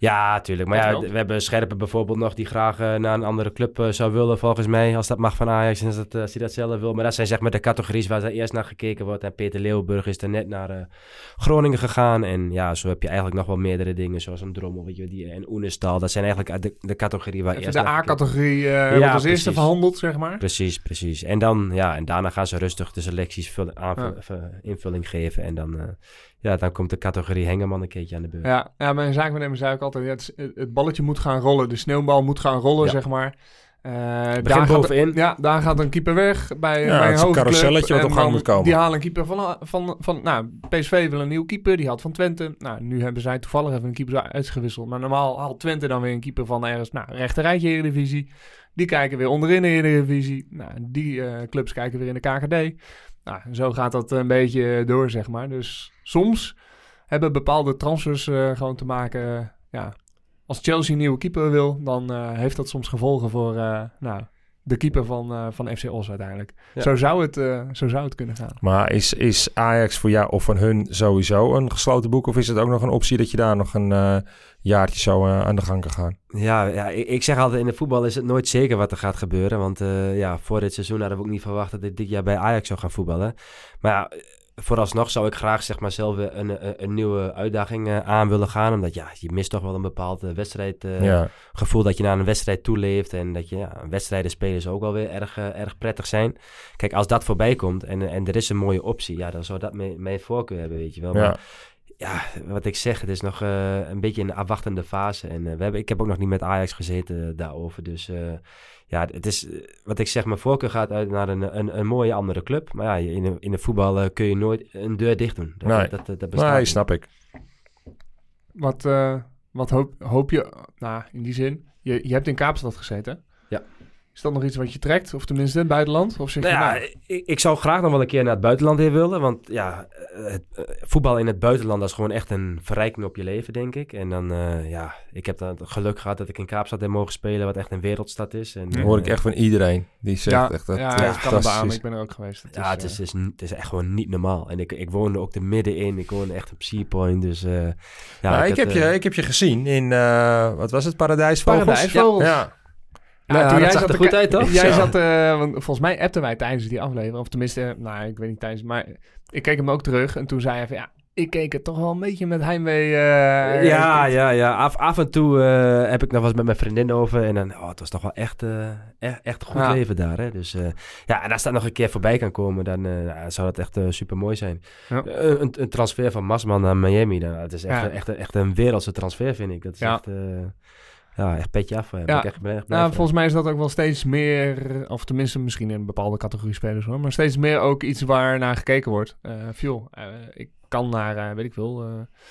Ja, tuurlijk. Maar ja, we hebben Scherpen bijvoorbeeld nog die graag uh, naar een andere club uh, zou willen, volgens mij. Als dat mag van Ajax en als, dat, uh, als hij dat zelf wil. Maar dat zijn zeg maar de categories waar er eerst naar gekeken wordt. En Peter Leeuwenburg is er net naar uh, Groningen gegaan. En ja, zo heb je eigenlijk nog wel meerdere dingen, zoals een Drommel, weet je, die, en Oenestal. Dat zijn eigenlijk de, de categorie waar Even eerst de naar A-categorie uh, ja, wordt als precies. eerste verhandeld, zeg maar. Precies, precies. En dan, ja, en daarna gaan ze rustig de selecties vul, aanvul, ja. invulling geven. En dan... Uh, Ja, dan komt de categorie Hengeman een keertje aan de beurt. Ja, ja mijn zaakwaarnemer zei ook altijd... Ja, het, het balletje moet gaan rollen. De sneeuwbal moet gaan rollen, ja. zeg maar. Uh, Begin bovenin. Gaat, ja, daar gaat een keeper weg bij, ja, bij een hoge carouselletje wat op gang moet komen. Die halen een keeper van... van, van nou, P S V wil een nieuwe keeper. Die had van Twente. Nou, nu hebben zij toevallig even een keeper uitgewisseld. Maar normaal haalt Twente dan weer een keeper van ergens... Nou, rechterrijtje Eredivisie. Die kijken weer onderin de Eredivisie. Nou, die uh, clubs kijken weer in de K K D. Nou, zo gaat dat een beetje door, zeg maar. Dus soms... hebben bepaalde transfers uh, gewoon te maken. Uh, ja, als Chelsea een nieuwe keeper wil, dan uh, heeft dat soms gevolgen voor uh, nou, de keeper van, uh, van F C Os uiteindelijk. Ja. Zo, zou het, uh, zo zou het kunnen gaan. Maar is, is Ajax voor jou of van hun sowieso een gesloten boek? Of is het ook nog een optie dat je daar nog een uh, jaartje zo uh, aan de gang kan gaan? Ja, ja, ik zeg altijd in de voetbal is het nooit zeker wat er gaat gebeuren. Want uh, ja, voor dit seizoen hadden we ook niet verwacht dat ik dit jaar bij Ajax zou gaan voetballen. Maar ja... Vooralsnog zou ik graag zeg maar, zelf een, een, een nieuwe uitdaging uh, aan willen gaan. Omdat ja, je mist toch wel een bepaald uh, wedstrijdgevoel. Uh, ja. Dat je naar een wedstrijd toeleeft. En dat je ja, wedstrijden spelen zou ook wel weer erg, uh, erg prettig zijn. Kijk, als dat voorbij komt en, en er is een mooie optie. Ja, dan zou dat mijn, mijn voorkeur hebben, weet je wel. Ja. Maar ja, wat ik zeg, het is nog uh, een beetje in de afwachtende fase. En uh, we hebben, ik heb ook nog niet met Ajax gezeten uh, daarover. Dus... Uh, Ja, het is, wat ik zeg, mijn voorkeur gaat uit naar een, een, een mooie andere club. Maar ja, in de, in de voetbal uh, kun je nooit een deur dicht doen. Dat, nee, dat, dat, dat bestaat nee niet. snap ik. Wat, uh, wat hoop, hoop je, nou in die zin, je, je hebt in Kaapstad gezeten. Ja. Is dat nog iets wat je trekt? Of tenminste in het buitenland? Of zeg nou je, ja, nou... ik, ik zou graag nog wel een keer naar het buitenland heen willen. Want ja, het, uh, voetbal in het buitenland dat is gewoon echt een verrijking op je leven, denk ik. En dan, uh, ja, ik heb dan het geluk gehad dat ik in Kaapstad heb mogen spelen, wat echt een wereldstad is. En, dat uh, hoor ik echt van iedereen. Die zegt ja, echt dat ja, ja, dat kan het beamen. Ik ben er ook geweest. Het ja, is, het is, is, het is echt gewoon niet normaal. En ik, ik woonde ook er middenin. Ik woonde echt op Seapoint. Dus uh, ja, nou, ik, ik, het, heb uh, je, ik heb je gezien in, uh, wat was het, Paradijsvogels? Paradijsvogels. Ja. ja. Ja, ja, toen dat jij zag zat er goed uit, toch? Jij Ja. zat, uh, want volgens mij appten wij tijdens die aflevering. Of tenminste, uh, nou, ik weet niet tijdens, maar ik keek hem ook terug. En toen zei hij van, ja, ik keek het toch wel een beetje met heimwee. Uh, ja, ja, ja. Af, af en toe uh, heb ik nog wel eens met mijn vriendin over. En dan, oh, het was toch wel echt, uh, echt, echt een goed ja. leven daar. Hè? Dus uh, ja, en als dat nog een keer voorbij kan komen, dan uh, zou dat echt uh, super mooi zijn. Ja. Uh, een, een transfer van Masman naar Miami, nou, het is echt, Ja. echt, echt, echt een wereldse transfer, vind ik. Dat is Ja. echt... Uh, Ja, echt petje af. Ja. Ja. Ik echt, ben echt blij Nou, van. volgens mij is dat ook wel steeds meer, of tenminste misschien in een bepaalde categorie spelers hoor, maar steeds meer ook iets waar naar gekeken wordt. Uh, veel. Uh, ik kan naar, uh, weet ik veel, uh,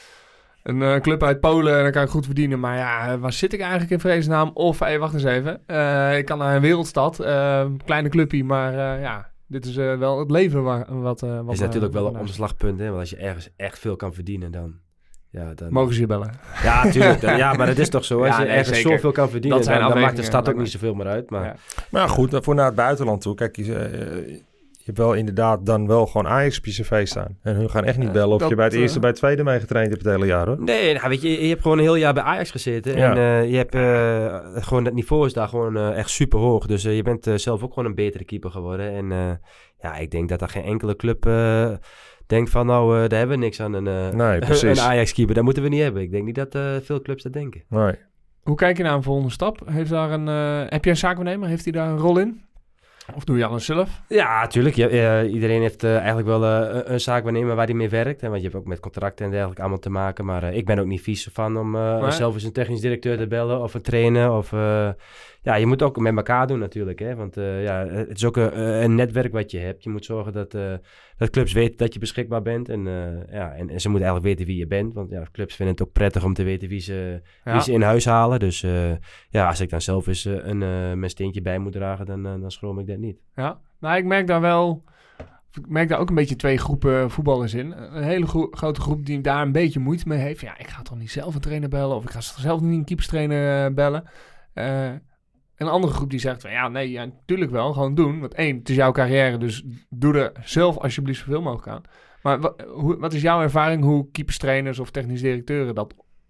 een uh, club uit Polen en dan kan ik goed verdienen. Maar ja, waar zit ik eigenlijk in vredesnaam? Of, hey, wacht eens even. Uh, ik kan naar een wereldstad, uh, kleine clubje, maar uh, ja, dit is uh, wel het leven waar, wat... Uh, wat is natuurlijk uh, wel wat een omslagpunt, hè? Want als je ergens echt veel kan verdienen, dan... Ja, dan... Mogen ze je bellen? Ja, natuurlijk. Ja, maar dat is toch zo. Als Ja, je nee, ergens zeker. zoveel kan verdienen, Dat zijn dan, dan maakt de afwegingen, stad ook maar- niet zoveel meer uit. Maar Ja. Maar goed, voor naar het buitenland toe. Kijk, je, uh, je hebt wel inderdaad dan wel gewoon Ajax op je cv staan. En hun gaan echt niet Ja, bellen of dat, je bij het eerste, uh, bij het tweede mee getraind hebt het hele jaar, hoor. nee, nou, weet je, je hebt gewoon een heel jaar bij Ajax gezeten. Ja. En uh, je hebt uh, gewoon, het niveau is daar gewoon uh, echt super hoog. Dus uh, je bent uh, zelf ook gewoon een betere keeper geworden. En uh, ja, ik denk dat er geen enkele club uh, denkt van, nou, uh, daar hebben we niks aan een, uh, Nee, precies. een Ajax-keeper. Dat moeten we niet hebben. Ik denk niet dat uh, veel clubs dat denken. Nee. Hoe kijk je naar een volgende stap? Heeft daar een, uh, heb je een zaakwaarnemer? Heeft hij daar een rol in? Of doe je alles zelf? Ja, natuurlijk. Ja, uh, iedereen heeft uh, eigenlijk wel uh, een, een zaak waarnemen waar hij mee werkt. Hè, want je hebt ook met contracten en dergelijke allemaal te maken. Maar uh, ik ben ook niet vies van om uh, Nee. zelf eens een technisch directeur te bellen of een trainer. Of, uh, ja, je moet ook met elkaar doen natuurlijk. Hè, want uh, ja, het is ook een, een netwerk wat je hebt. Je moet zorgen dat, uh, dat clubs weten dat je beschikbaar bent. En, uh, ja, en, en ze moeten eigenlijk weten wie je bent. Want ja, clubs vinden het ook prettig om te weten wie ze, Ja. wie ze in huis halen. Dus uh, ja, als ik dan zelf eens uh, een, uh, mijn steentje bij moet dragen, dan, uh, dan schroom ik dat niet. Ja, nou ik merk daar wel, ik merk daar ook een beetje twee groepen voetballers in. Een hele gro- grote groep die daar een beetje moeite mee heeft. Ja, ik ga toch niet zelf een trainer bellen of ik ga zelf niet een keeperstrainer uh, bellen. Uh, een andere groep die zegt van ja, nee, ja, natuurlijk wel, gewoon doen. Want één, het is jouw carrière, dus doe er zelf alsjeblieft zoveel mogelijk aan. Maar wa- hoe, wat is jouw ervaring hoe keeperstrainers of technisch directeuren dat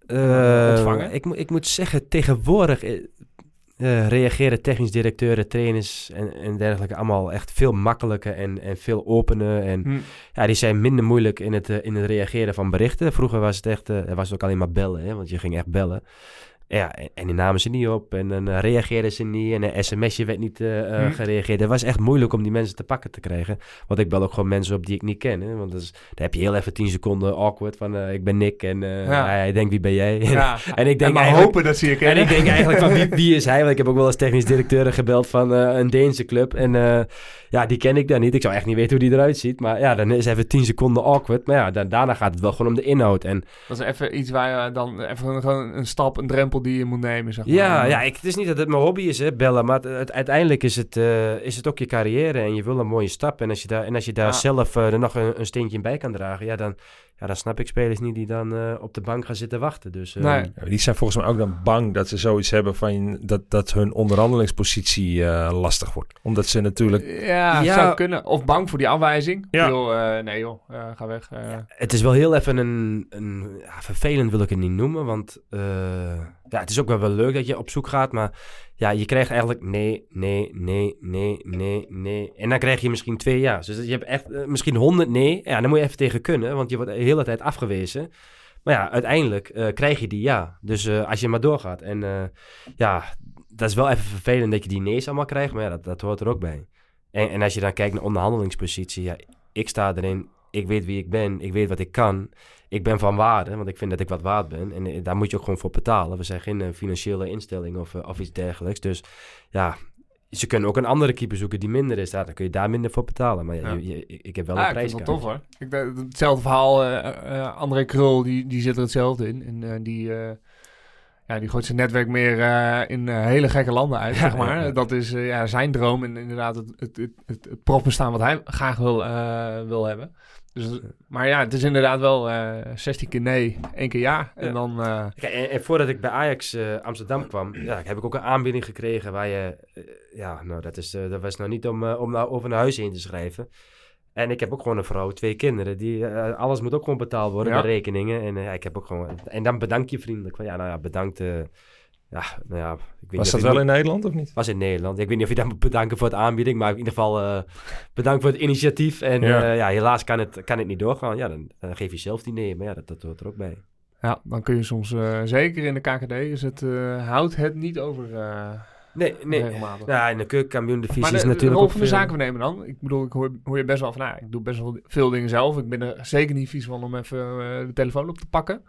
Uh, ontvangen? Ik, mo- ik moet zeggen, tegenwoordig uh, uh, reageren technisch directeuren, trainers en, en dergelijke allemaal echt veel makkelijker en, en veel opener. En Hm. ja, die zijn minder moeilijk in het, uh, in het reageren van berichten. Vroeger was het echt, uh, was het ook alleen maar bellen, hè, want je ging echt bellen. Ja, en, en die namen ze niet op en dan uh, reageerden ze niet en een sms'je werd niet uh, uh, Hm. gereageerd. Het was echt moeilijk om die mensen te pakken te krijgen. Want ik bel ook gewoon mensen op die ik niet ken. Hè? Want dat is, dan heb je heel even tien seconden awkward van uh, ik ben Nick en uh, Ja. hij, hij denkt wie ben jij? Ja. en ik denk En maar eigenlijk, hopen dat ze je en kennen. ik denk eigenlijk van wie, wie is hij? Want ik heb ook wel eens technisch directeur gebeld van uh, een Deense club. En uh, ja, die ken ik dan niet. Ik zou echt niet weten hoe die eruit ziet. Maar ja, dan is even tien seconden awkward. Maar ja, dan, daarna gaat het wel gewoon om de inhoud. En Dat is even iets waar je dan even gewoon een stap, een drempel die je moet nemen, zeg maar. ja, ja ik, het is niet dat het mijn hobby is, hè, bellen. Maar het, het- uiteindelijk is het, uh, is het ook je carrière. En je wil een mooie stap. En als je daar, en als je daar Ja. zelf uh, er nog een, een steentje in bij kan dragen. Ja, dan, ja, dan snap ik spelers niet die dan uh, op de bank gaan zitten wachten. Dus, uh, Nee. Ja, die zijn volgens mij ook dan bang dat ze zoiets hebben van dat, dat hun onderhandelingspositie uh, lastig wordt. Omdat ze natuurlijk... Ja, Ja. zou kunnen. Of bang voor die afwijzing. Ja. Ik bedoel, eh, nee joh, eh, ga weg. eh. Het is wel heel even een... een ja, vervelend wil ik het niet noemen. Want uh, ja, het is ook wel, wel leuk dat je op zoek gaat. Maar ja, je krijgt eigenlijk nee, nee, nee, nee, nee, nee. En dan krijg je misschien twee ja. Dus je hebt echt uh, misschien honderd nee. Ja, dan moet je even tegen kunnen. Want je wordt de hele tijd afgewezen. Maar ja, uiteindelijk uh, krijg je die ja. Dus uh, als je maar doorgaat. En uh, ja, dat is wel even vervelend dat je die nee's allemaal krijgt. Maar ja, dat, dat hoort er ook bij. En, en als je dan kijkt naar onderhandelingspositie. Ja, ik sta erin. Ik weet wie ik ben. Ik weet wat ik kan. Ik ben van waarde, want ik vind dat ik wat waard ben. En uh, daar moet je ook gewoon voor betalen. We zijn geen uh, financiële instelling of, uh, of iets dergelijks. Dus ja, ze kunnen ook een andere keeper zoeken die minder is. Ja, dan kun je daar minder voor betalen. Maar ja, Ja. je, je, ik heb wel Ah, een ik vind prijskaart. het wel tof hoor. Ik, denk- hetzelfde verhaal, eh eh, André Krul, die, die zit er hetzelfde in. En eh, die, eh, ja, die gooit zijn netwerk meer eh, in eh, hele gekke landen uit, Ja, zeg maar. ja, ja. Dat is eh, ja, zijn droom en inderdaad het, het, het, het, het profbestaan wat hij graag wil, eh, wil hebben. Dus, maar ja, het is inderdaad wel eh zestien keer nee, één keer ja. En Ja. dan... eh, Kijk, en, en voordat ik bij Ajax uh, Amsterdam kwam, ja, heb ik ook een aanbieding gekregen waar je, uh, ja, nou, dat, is, uh, dat was nou niet om, uh, om nou over naar huis heen te schrijven. En ik heb ook gewoon een vrouw, twee kinderen. Die, uh, alles moet ook gewoon betaald worden, Ja. de rekeningen. En uh, ja, ik heb ook gewoon, en dan bedank je vriendelijk. Van, ja, nou ja, bedankt. Uh, ja, nou ja, ik weet Was niet dat of je wel moet- in Nederland of niet? was in Nederland. Ik weet niet of je dat moet bedanken voor het aanbieding, maar in ieder geval uh, bedankt voor het initiatief. En Ja. ja, ja helaas kan het, kan het niet doorgaan. Ja, dan, dan geef je zelf die nee, maar ja, dat, dat hoort er ook bij. ja, dan kun je soms, eh, zeker in de K K D, is het, eh, houdt het niet over eh Nee, nee. regelmatig. Ja, in de keukenkampioen-divisie Maar de, is de natuurlijk rol ook van de veel- zakenvernemer dan? Ik bedoel, ik hoor, hoor je best wel van, nou, ik doe best wel veel dingen zelf. Ik ben er zeker niet vies van om even eh, de telefoon op te pakken.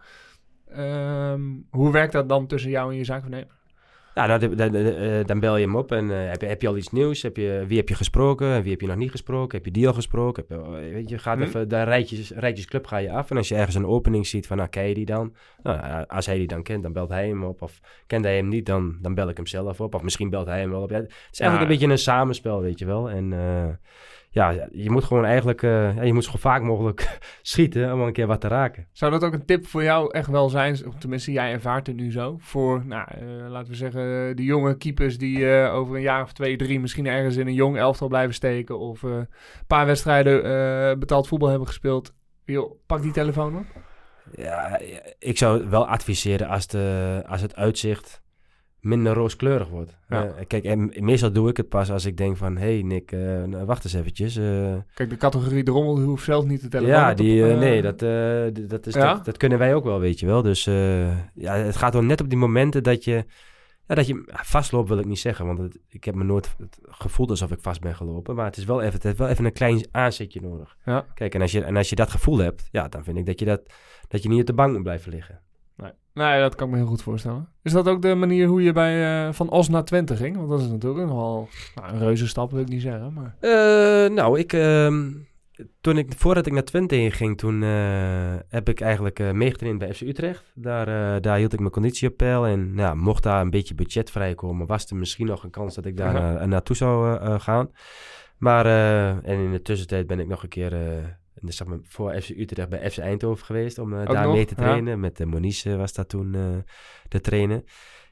Ehm, hoe werkt dat dan tussen jou en je zakenvernemer? Ja, nou, de- de- de- eh, dan bel je hem op en eh, heb, je, heb je al iets nieuws? Heb je, wie heb je gesproken? Wie heb je nog niet gesproken? Heb je die al gesproken? Heb je, weet je, gaat Hm. even de rijtjes, rijtjesclub ga je af. En als je ergens een opening ziet van, nou, ken je die dan? Nou, als hij die dan kent, dan belt hij hem op. Of kent hij hem niet, dan, dan bel ik hem zelf op. Of misschien belt hij hem wel op. Ja, het is eigenlijk Ja. een beetje een samenspel, weet je wel. En uh, ja, je moet gewoon eigenlijk, uh, ja, je moet zo vaak mogelijk schieten om een keer wat te raken. Zou dat ook een tip voor jou echt wel zijn? Of tenminste, jij ervaart het nu zo. Voor, nou, uh, laten we zeggen, de jonge keepers die uh, over een jaar of twee, drie misschien ergens in een jong elftal blijven steken. Of uh, een paar wedstrijden uh, betaald voetbal hebben gespeeld. Yo, pak die telefoon op. Ja, ik zou wel adviseren als, de, als het uitzicht minder rooskleurig wordt. Ja. Uh, kijk, en meestal doe ik het pas als ik denk van... Hé hey Nick, uh, nou, wacht eens eventjes. Uh, Kijk, de categorie drommel die hoeft zelf niet de telefoon ja, op te- die, uh, uh, nee, dat, uh, d- dat, is, Ja? dat, dat kunnen wij ook wel, weet je wel. Dus uh, ja, het gaat wel net op die momenten dat je... Ja, dat je vastloopt wil ik niet zeggen, want het, ik heb me nooit het gevoeld alsof ik vast ben gelopen. Maar het is wel even, het heeft wel even een klein aanzetje nodig. Ja. Kijk, en als, je, en als je dat gevoel hebt, ja, dan vind ik dat je, dat, dat je niet op de bank moet blijven liggen. Nee. nee, dat kan ik me heel goed voorstellen. Is dat ook de manier hoe je bij uh, Van Os naar Twente ging? Want dat is natuurlijk nogal nou, een reuze stap, wil ik niet zeggen. Maar... Uh, nou, ik, uh, toen ik, voordat ik naar Twente heen ging, toen uh, heb ik eigenlijk uh, meegetraind bij F C Utrecht. Daar, uh, daar hield ik mijn conditie op peil en nou, mocht daar een beetje budget vrijkomen, was er misschien nog een kans dat ik daar Ja. uh, naartoe zou uh, gaan. Maar, uh, en in de tussentijd ben ik nog een keer... Uh, Dus zeg maar, voor F C Utrecht bij F C Eindhoven geweest om uh, daar nog? mee te trainen. Ja. Met uh, Moniz uh, was dat toen uh, de trainer.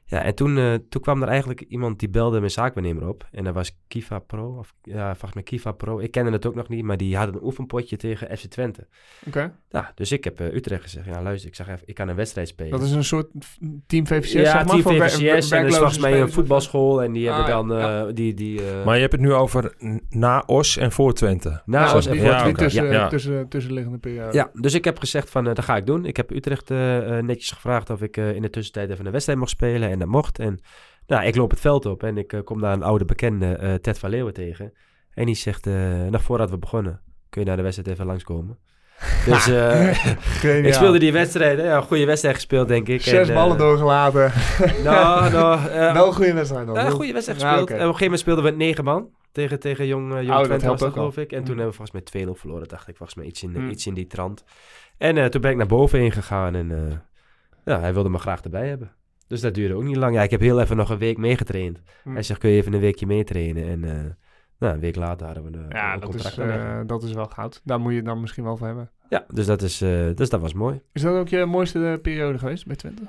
Ja, en toen, uh, toen kwam er eigenlijk iemand die belde mijn zaakwaarnemer op. En dat was Kiva Pro. Of, ja, volgens mij Kiva Pro. Ik kende het ook nog niet, maar die hadden een oefenpotje tegen F C Twente. Oké. Okay. Ja, dus ik heb uh, Utrecht gezegd, ja luister, ik zeg even, ik kan een wedstrijd spelen. Dat is een soort team V V C S, ja, zeg maar? team voor V V C S. En dat is volgens mij een voetbalschool. En die ah, hebben dan... Uh, ja. die, die, uh... Maar je hebt het nu over na Os en voor Twente. Na ja, Os en die, voor ja, Twente. Tussen, ja. tussen, tussenliggende periode. Ja, dus ik heb gezegd van, uh, dat ga ik doen. Ik heb Utrecht uh, uh, netjes gevraagd of ik uh, in de tussentijd even een wedstrijd mocht spelen. En dat mocht. En nou, ik loop het veld op en ik uh, kom daar een oude bekende, uh, Ted van Leeuwen, tegen. En die zegt, uh, nog voordat we begonnen, kun je naar de wedstrijd even langskomen. Dus uh, ik speelde die wedstrijd, ja, een goede wedstrijd gespeeld, denk ik. Zes en, ballen uh, doorgelaten. Nou, nou... Uh, wel een goede wedstrijd dan. Ja, een goede wedstrijd ja, gespeeld. okay. En op een gegeven moment speelden we het negen man. Tegen, tegen Jong, uh, jong oh, Twente was dat, geloof al. ik. En mm. toen hebben we volgens mij twee nul verloren, dacht ik. Volgens mij iets in, mm. iets in die trant. En uh, toen ben ik naar boven heen gegaan en uh, ja, hij wilde me graag erbij hebben. Dus dat duurde ook niet lang. Ja, ik heb heel even nog een week meegetraind. Mm. Hij zegt, kun je even een weekje meetrainen? En uh, nou, een week later hadden we een, ja, een dat contract. Is, uh, dat is wel goud. Daar moet je het dan misschien wel voor hebben. Ja, dus dat, is, uh, dus dat was mooi. Is dat ook je mooiste periode geweest bij Twente?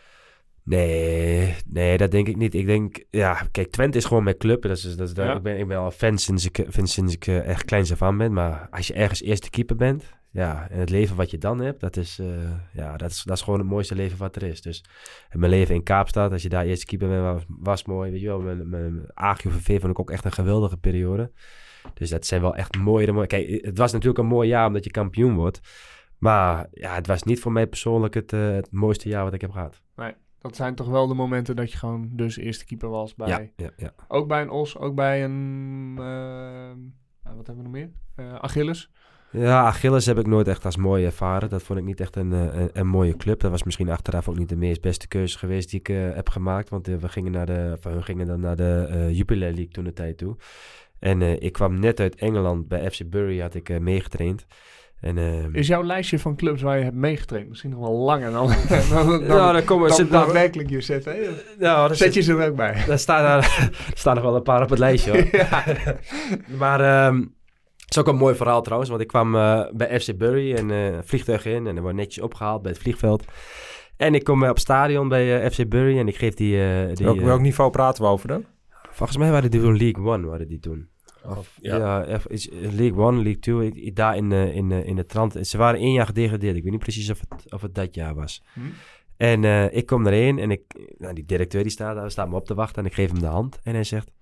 Nee, nee, dat denk ik niet. Ik denk, ja, kijk, Twente is gewoon mijn club. Dat is, dat is, dat, ja. ik, ben, ik ben al fan sinds ik, sinds ik uh, echt kleins af aan ben. Maar als je ergens eerste keeper bent, ja, en het leven wat je dan hebt, dat is, uh, ja, dat is, dat is gewoon het mooiste leven wat er is. Dus mijn leven in Kaapstad, als je daar eerste keeper bent, was, was mooi. Weet je wel, mijn, mijn A G O V V vond ik ook echt een geweldige periode. Dus dat zijn wel echt mooie, mooie... Kijk, het was natuurlijk een mooi jaar omdat je kampioen wordt. Maar ja, het was niet voor mij persoonlijk het, uh, het mooiste jaar wat ik heb gehad. Nee. Dat zijn toch wel de momenten dat je gewoon dus eerste keeper was bij... Ja, ja, ja. Ook bij een Os, ook bij een... Uh, wat hebben we nog meer? Uh, Achilles. Ja, Achilles heb ik nooit echt als mooi ervaren. Dat vond ik niet echt een, een, een mooie club. Dat was misschien achteraf ook niet de meest beste keuze geweest die ik uh, heb gemaakt. Want uh, we gingen naar de, of, we gingen dan naar de uh, Jupiler League toen de tijd toe. En uh, ik kwam net uit Engeland. Bij F C Bury had ik uh, meegetraind. En, uh, is jouw lijstje van clubs waar je hebt meegetraind misschien nog wel langer dan, dan, dan, nou, dan, komen, dan zit, daadwerkelijk je zet? Hè? Nou, zet zit, je ze er ook bij? Daar staan, daar, staan nog wel een paar op het lijstje, hoor. Ja. Maar um, het is ook een mooi verhaal trouwens, want ik kwam uh, bij F C Bury en uh, vliegtuig in en er wordt netjes opgehaald bij het vliegveld. En ik kom uh, op stadion bij uh, F C Bury en ik geef die... Uh, die welk, uh, welk niveau praten we over dan? Volgens mij waren die toen League One, waren die toen. Of, ja, ja is, League One, League Two, ik, ik, daar in, uh, in, uh, in de trant. Ze waren één jaar gedegradeerd. Ik weet niet precies of het, of het dat jaar was. Hm. En uh, ik kom erheen en ik, nou, die directeur die staat daar, staat me op te wachten en ik geef hem de hand. En hij zegt,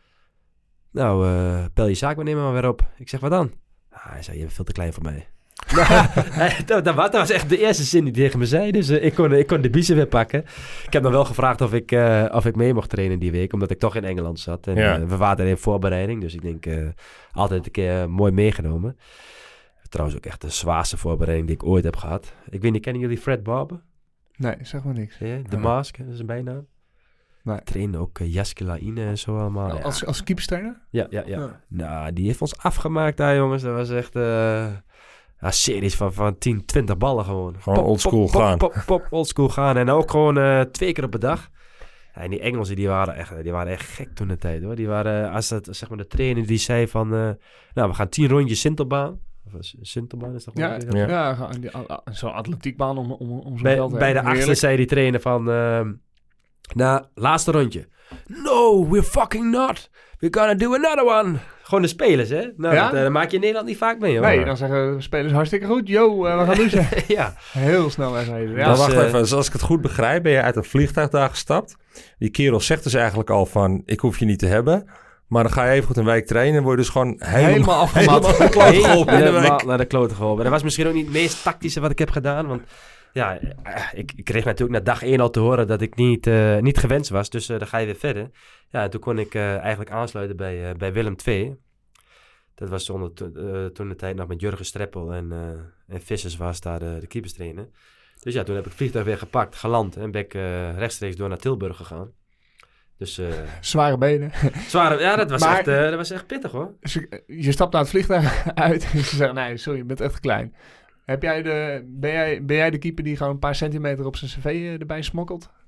nou, uh, bel je zaakwaarnemer maar weer op. Ik zeg, wat dan? Ah, hij zei, je bent veel te klein voor mij. dat, dat, dat was echt de eerste zin die tegen me zei. Dus uh, ik, kon, ik kon de biezen weer pakken. Ik heb dan wel gevraagd of ik, uh, of ik mee mocht trainen die week. Omdat ik toch in Engeland zat. En ja. uh, we waren er in voorbereiding. Dus ik denk uh, altijd een keer uh, mooi meegenomen. Trouwens ook echt de zwaarste voorbereiding die ik ooit heb gehad. Ik weet niet, kennen jullie Fred Barber? Nee, zeg maar niks. Ja, de Mask, dat is een bijnaam. Nee. Trainde ook uh, Jaske Laine en zo allemaal. Nou, ja. Als, als keeperstrainer? Ja, ja, ja, ja. Nou, die heeft ons afgemaakt daar, jongens. Dat was echt... Uh, Ja, series van, van tien, twintig ballen gewoon. Gewoon oldschool gaan. Pop, pop, pop, oldschool gaan. En ook gewoon uh, twee keer op de dag. Ja, en die Engelsen, die waren echt, die waren echt gek toen de tijd, hoor. Die waren, als dat, zeg maar, de trainer die zei van... Uh, nou, we gaan tien rondjes Sintelbaan. Of Sintelbaan is dat ja, gewoon? Ja, ja, ja zo'n atletiekbaan om, om, om zo'n bij, veld te Bij de achtste zei die trainer van... Uh, nou, laatste rondje. No, we're fucking not. We're gonna do another one. Gewoon de spelers, hè? Nou, ja? dat uh, maak je in Nederland niet vaak mee, hoor. Nee, dan zeggen de spelers hartstikke goed. Yo, uh, we gaan doen. Ja. Heel snel wegrijden. Ja, dus, wacht uh, even. Dus als ik het goed begrijp, ben je uit een vliegtuig daar gestapt. Die kerel zegt dus eigenlijk al van, ik hoef je niet te hebben. Maar dan ga je even goed een week trainen en word je dus gewoon helemaal, helemaal afgemat. Helemaal klote geholpen in de week. Naar de klote geholpen. Dat was misschien ook niet het meest tactische wat ik heb gedaan, want... Ja, ik, ik kreeg natuurlijk na dag één al te horen dat ik niet, uh, niet gewenst was. Dus uh, dan ga je weer verder. Ja, toen kon ik uh, eigenlijk aansluiten bij, uh, bij Willem twee. Dat was zonder to, uh, toen de tijd nog met Jurgen Streppel en, uh, en Vissers was daar de, de keeperstrainer. Dus ja, toen heb ik het vliegtuig weer gepakt, geland en ben ik uh, rechtstreeks door naar Tilburg gegaan. Dus, uh, zware benen. Zware, ja, dat was, maar, echt, uh, dat was echt pittig, hoor. Je stapt naar het vliegtuig uit en ze zeggen, nee, sorry, je bent echt klein. Heb jij de, ben, jij, ben jij de keeper die gewoon een paar centimeter op zijn cv erbij smokkelt?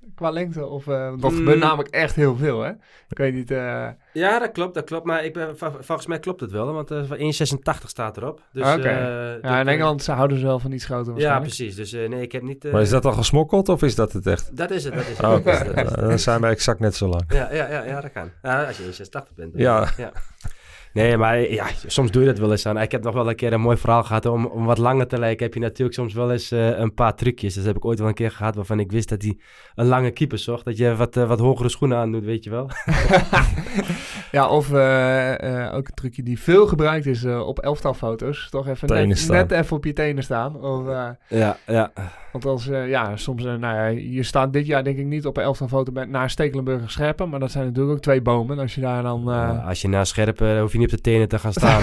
qua lengte? Of, uh, dat Mm. gebeurt namelijk echt heel veel, hè? Ik weet niet... Uh... Ja, dat klopt, dat klopt. Maar ik ben, volgens mij klopt het wel, want uh, één komma zesentachtig staat erop. Dus, Oké. Okay. Uh, ja, in Engeland uh, houden ze wel van iets groter waarschijnlijk. Ja, precies. Dus uh, nee, ik heb niet... Uh... Maar is dat al gesmokkeld of is dat het echt? Dat is het, dat is het. Oh, okay. dat is het. Dan zijn wij exact net zo lang. Ja, ja, ja, ja dat kan. Ja, als je één komma zesentachtig bent. Ja. ja. Nee, maar ja, soms doe je dat wel eens aan. Ik heb nog wel een keer een mooi verhaal gehad. Om, om wat langer te lijken heb je natuurlijk soms wel eens uh, een paar trucjes. Dus dat heb ik ooit wel een keer gehad waarvan ik wist dat hij een lange keeper zocht. Dat je wat, uh, wat hogere schoenen aan doet, weet je wel. Ja, of uh, uh, ook een trucje die veel gebruikt is uh, op elftalfoto's. Toch even net, net even op je tenen staan. Of, uh, ja, ja. Want als, uh, ja, soms, uh, nou ja, je staat dit jaar denk ik niet op een elftalfoto bij, naar Stekelenburg Scherpen. Maar dat zijn natuurlijk ook twee bomen. Als je daar dan... Uh... Uh, als je naar Scherpen, hoef je niet op de tenen te gaan staan.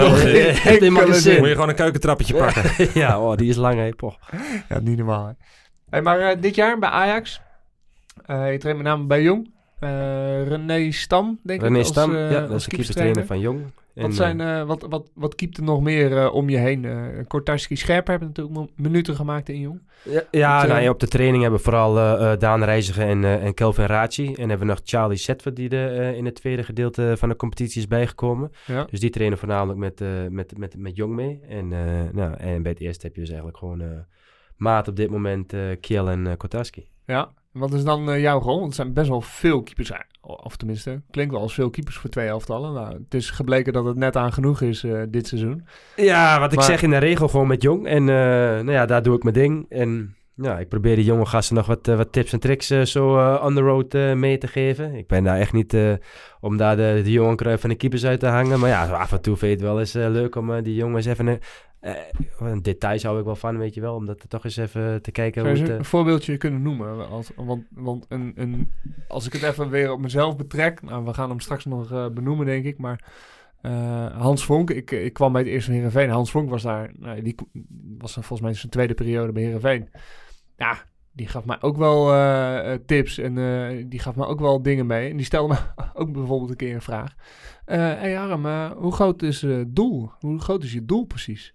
Moet je gewoon een keukentrappetje pakken. Ja, oh, die is lang, hè. Poch. Ja, niet normaal, hè. Hey, maar uh, dit jaar bij Ajax, uh, je traint met name bij Jong. Uh, René Stam, denk René ik. René Stam, uh, ja, dat is de keeperstrainer van Jong. En, wat, zijn, uh, wat, wat, wat keept er nog meer uh, om je heen? Uh, Kortarski Scherper hebben natuurlijk minuten gemaakt in Jong. Ja, ja, nou, ja op de training hebben we vooral uh, Daan Reiziger en, uh, en Kelvin Raci. En hebben we nog Charlie Zetver die er uh, in het tweede gedeelte van de competitie is bijgekomen. Ja. Dus die trainen voornamelijk met, uh, met, met, met Jong mee. En, uh, nou, en bij het eerste heb je dus eigenlijk gewoon uh, maat op dit moment uh, Kiel en uh, Kortarski. Ja. Wat is dan uh, jouw rol? Want er zijn best wel veel keepers. Of tenminste, klinkt wel als veel keepers voor twee elftallen. Nou, het is gebleken dat het net aan genoeg is uh, dit seizoen. Ja, wat ik maar... zeg in de regel gewoon met Jong. En uh, nou ja, daar doe ik mijn ding. En ja, ik probeer die jonge gasten nog wat, uh, wat tips en tricks uh, zo uh, on the road uh, mee te geven. Ik ben daar echt niet uh, om daar de, de jonge kruif van de keepers uit te hangen. Maar ja, zo af en toe vind je het wel eens uh, leuk om uh, die jongens even... Uh, Uh, een detail zou ik wel van, weet je wel, om dat toch eens even te kijken. Zou je hoe het, uh... een voorbeeldje kunnen noemen? Als, want want een, een, als ik het even weer op mezelf betrek, nou, we gaan hem straks nog uh, benoemen, denk ik, maar uh, Hans Vonk, ik, ik kwam bij het eerste van Heerenveen. Hans Vonk was daar, nou, die was volgens mij zijn tweede periode bij Heerenveen. Ja, die gaf mij ook wel uh, tips en uh, die gaf me ook wel dingen mee. En die stelde me ook bijvoorbeeld een keer een vraag. Hé uh, hey Harm, uh, hoe groot is het uh, doel? Hoe groot is je doel precies?